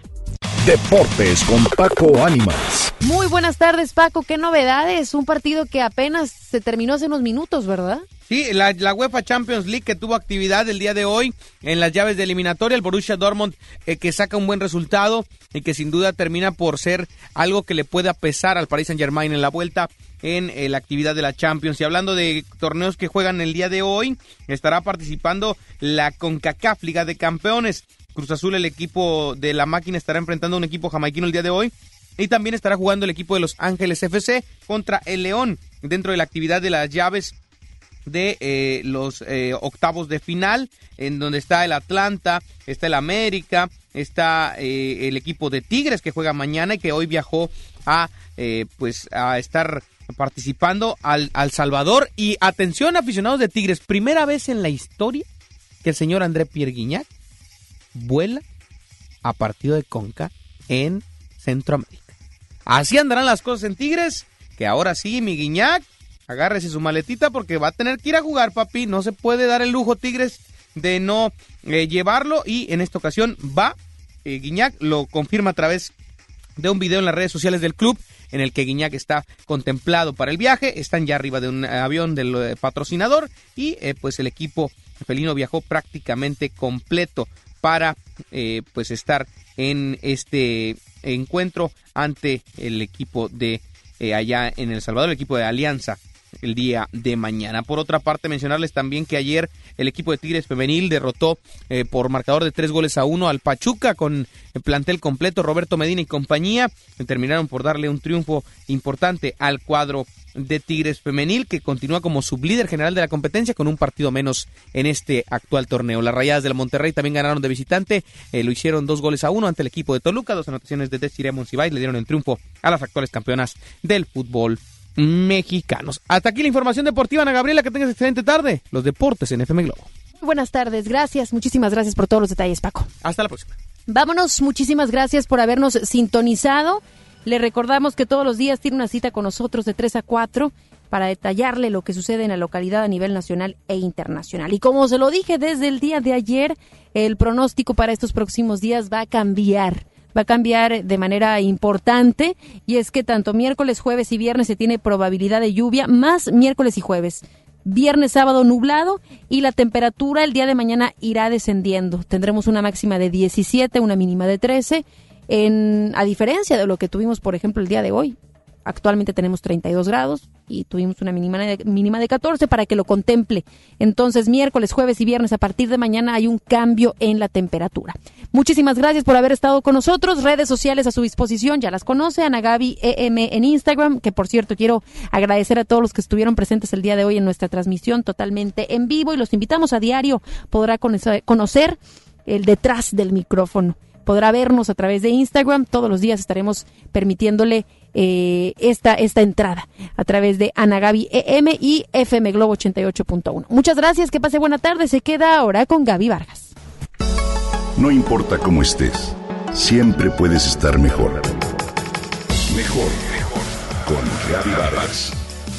Deportes con Paco Ánimas. Muy buenas tardes, Paco. ¿Qué novedades? Un partido que apenas se terminó hace unos minutos, ¿verdad? Sí, la, la UEFA Champions League que tuvo actividad el día de hoy en las llaves de eliminatoria. El Borussia Dortmund eh, que saca un buen resultado y que sin duda termina por ser algo que le pueda pesar al Paris Saint-Germain en la vuelta en eh, la actividad de la Champions. Y hablando de torneos que juegan el día de hoy, estará participando la CONCACAF Liga de Campeones. Cruz Azul, el equipo de la máquina, estará enfrentando a un equipo jamaiquino el día de hoy. Y también estará jugando el equipo de Los Ángeles F C contra el León dentro de la actividad de las llaves de eh, los eh, octavos de final, en donde está el Atlanta, está el América, está eh, el equipo de Tigres que juega mañana y que hoy viajó a eh, pues a estar participando al, al Salvador. Y atención, aficionados de Tigres, primera vez en la historia que el señor André Pierre Guignac vuela a partido de Conca en Centroamérica. Así andarán las cosas en Tigres, que ahora sí, mi Guignac, agárrese su maletita porque va a tener que ir a jugar, papi. No se puede dar el lujo, Tigres, de no eh, llevarlo, y en esta ocasión va. eh, Guignac lo confirma a través de un video en las redes sociales del club, en el que Guignac está contemplado para el viaje. Están ya arriba de un avión del eh, patrocinador y eh, pues el equipo felino viajó prácticamente completo para eh, pues estar en este encuentro ante el equipo de eh, allá en El Salvador, el equipo de Alianza, el día de mañana. Por otra parte, mencionarles también que ayer el equipo de Tigres Femenil derrotó eh, por marcador de tres goles a uno al Pachuca con el plantel completo, Roberto Medina y compañía. Terminaron por darle un triunfo importante al cuadro de Tigres Femenil, que continúa como sublíder general de la competencia con un partido menos en este actual torneo. Las Rayadas del Monterrey también ganaron de visitante, eh, lo hicieron dos goles a uno ante el equipo de Toluca. Dos anotaciones de Desiree Monsiváis le dieron el triunfo a las actuales campeonas del fútbol mexicanos. Hasta aquí la información deportiva, Ana Gabriela, que tengas excelente tarde. Los deportes en F M Globo. Muy buenas tardes, gracias, muchísimas gracias por todos los detalles, Paco. Hasta la próxima. Vámonos, muchísimas gracias por habernos sintonizado. Le recordamos que todos los días tiene una cita con nosotros de tres a cuatro para detallarle lo que sucede en la localidad a nivel nacional e internacional. Y como se lo dije desde el día de ayer, el pronóstico para estos próximos días va a cambiar. Va a cambiar de manera importante, y es que tanto miércoles, jueves y viernes se tiene probabilidad de lluvia, más miércoles y jueves. Viernes, sábado nublado, y la temperatura el día de mañana irá descendiendo. Tendremos una máxima de diecisiete, una mínima de trece, en, a diferencia de lo que tuvimos, por ejemplo, el día de hoy. Actualmente tenemos treinta y dos grados y tuvimos una mínima de, mínima de catorce, para que lo contemple. Entonces, miércoles, jueves y viernes, a partir de mañana hay un cambio en la temperatura. Muchísimas gracias por haber estado con nosotros. Redes sociales a su disposición, ya las conoce, Ana Gaby E M en Instagram, que por cierto quiero agradecer a todos los que estuvieron presentes el día de hoy en nuestra transmisión totalmente en vivo, y los invitamos a diario. Podrá conocer el detrás del micrófono. Podrá vernos a través de Instagram. Todos los días estaremos permitiéndole eh, esta, esta entrada a través de Ana Gaby E M y F M Globo ochenta y ocho punto uno. Muchas gracias, que pase buena tarde. Se queda ahora con Gaby Vargas. No importa cómo estés, siempre puedes estar mejor. Mejor, mejor. Con Gaby Vargas.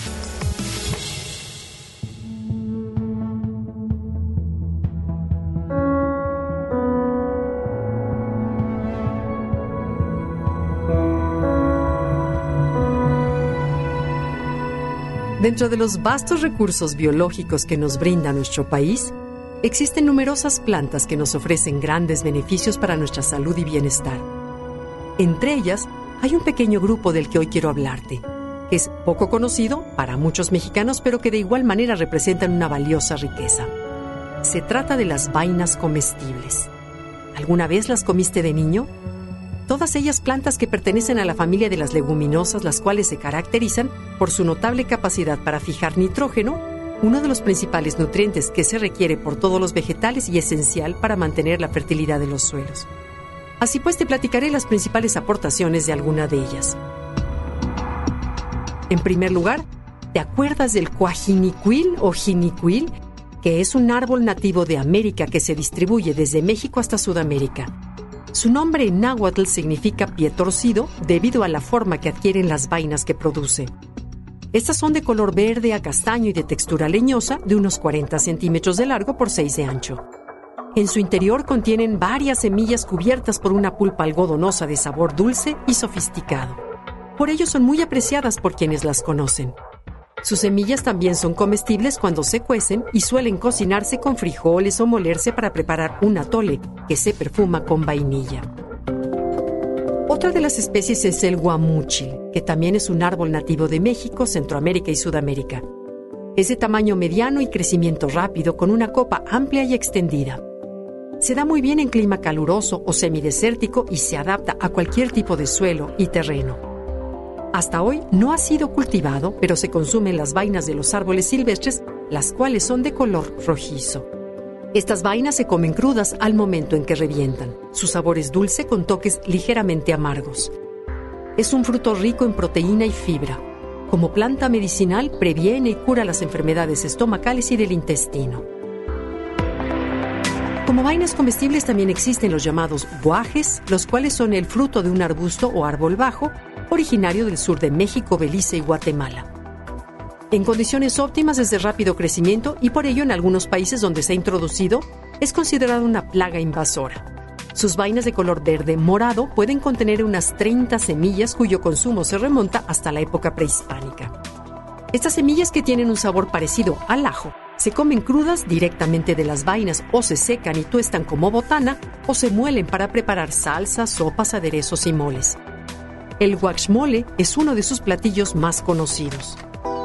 Dentro de los vastos recursos biológicos que nos brinda nuestro país, existen numerosas plantas que nos ofrecen grandes beneficios para nuestra salud y bienestar. Entre ellas, hay un pequeño grupo del que hoy quiero hablarte, que es poco conocido para muchos mexicanos, pero que de igual manera representan una valiosa riqueza. Se trata de las vainas comestibles. ¿Alguna vez las comiste de niño? Todas ellas plantas que pertenecen a la familia de las leguminosas, las cuales se caracterizan por su notable capacidad para fijar nitrógeno, uno de los principales nutrientes que se requiere por todos los vegetales y esencial para mantener la fertilidad de los suelos. Así pues, te platicaré las principales aportaciones de alguna de ellas. En primer lugar, ¿te acuerdas del cuajinicuil o jinicuil? Que es un árbol nativo de América que se distribuye desde México hasta Sudamérica. Su nombre en náhuatl significa pie torcido debido a la forma que adquieren las vainas que produce. Estas son de color verde a castaño y de textura leñosa, de unos cuarenta centímetros de largo por seis de ancho. En su interior contienen varias semillas cubiertas por una pulpa algodonosa de sabor dulce y sofisticado. Por ello son muy apreciadas por quienes las conocen. Sus semillas también son comestibles cuando se cuecen y suelen cocinarse con frijoles o molerse para preparar un atole que se perfuma con vainilla. Otra de las especies es el guamúchil, que también es un árbol nativo de México, Centroamérica y Sudamérica. Es de tamaño mediano y crecimiento rápido, con una copa amplia y extendida. Se da muy bien en clima caluroso o semidesértico y se adapta a cualquier tipo de suelo y terreno. Hasta hoy no ha sido cultivado, pero se consumen las vainas de los árboles silvestres, las cuales son de color rojizo. Estas vainas se comen crudas al momento en que revientan. Su sabor es dulce con toques ligeramente amargos. Es un fruto rico en proteína y fibra. Como planta medicinal, previene y cura las enfermedades estomacales y del intestino. Como vainas comestibles también existen los llamados guajes, los cuales son el fruto de un arbusto o árbol bajo, originario del sur de México, Belice y Guatemala. En condiciones óptimas es de rápido crecimiento y por ello en algunos países donde se ha introducido es considerado una plaga invasora. Sus vainas de color verde morado pueden contener unas treinta semillas cuyo consumo se remonta hasta la época prehispánica. Estas semillas, que tienen un sabor parecido al ajo, se comen crudas directamente de las vainas o se secan y tuestan como botana o se muelen para preparar salsas, sopas, aderezos y moles. El guacamole es uno de sus platillos más conocidos.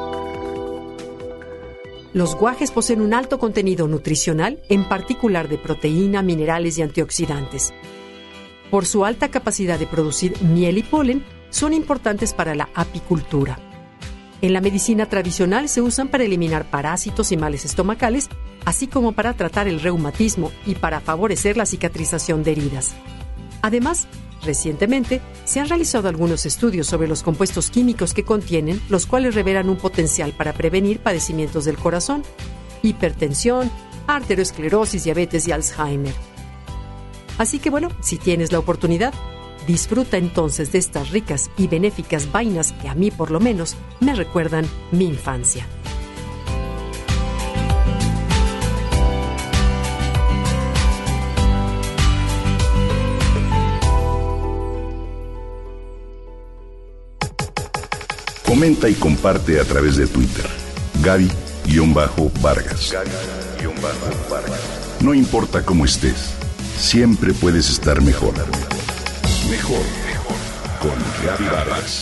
Los guajes poseen un alto contenido nutricional, en particular de proteína, minerales y antioxidantes. Por su alta capacidad de producir miel y polen, son importantes para la apicultura. En la medicina tradicional se usan para eliminar parásitos y males estomacales, así como para tratar el reumatismo y para favorecer la cicatrización de heridas. Además, recientemente se han realizado algunos estudios sobre los compuestos químicos que contienen, los cuales revelan un potencial para prevenir padecimientos del corazón, hipertensión, arteriosclerosis, diabetes y Alzheimer. Así que bueno, si tienes la oportunidad, disfruta entonces de estas ricas y benéficas vainas que a mí por lo menos me recuerdan mi infancia. Comenta y comparte a través de Twitter. Gaby-Vargas. No importa cómo estés, siempre puedes estar mejor. Mejor, mejor. Con Gaby Vargas.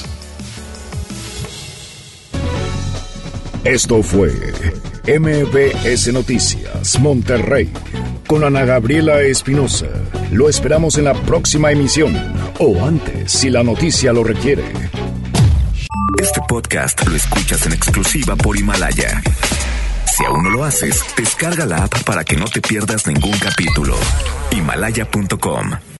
Esto fue M B S Noticias Monterrey con Ana Gabriela Espinosa. Lo esperamos en la próxima emisión o antes, si la noticia lo requiere. Este podcast lo escuchas en exclusiva por Himalaya. Si aún no lo haces, descarga la app para que no te pierdas ningún capítulo. Himalaya punto com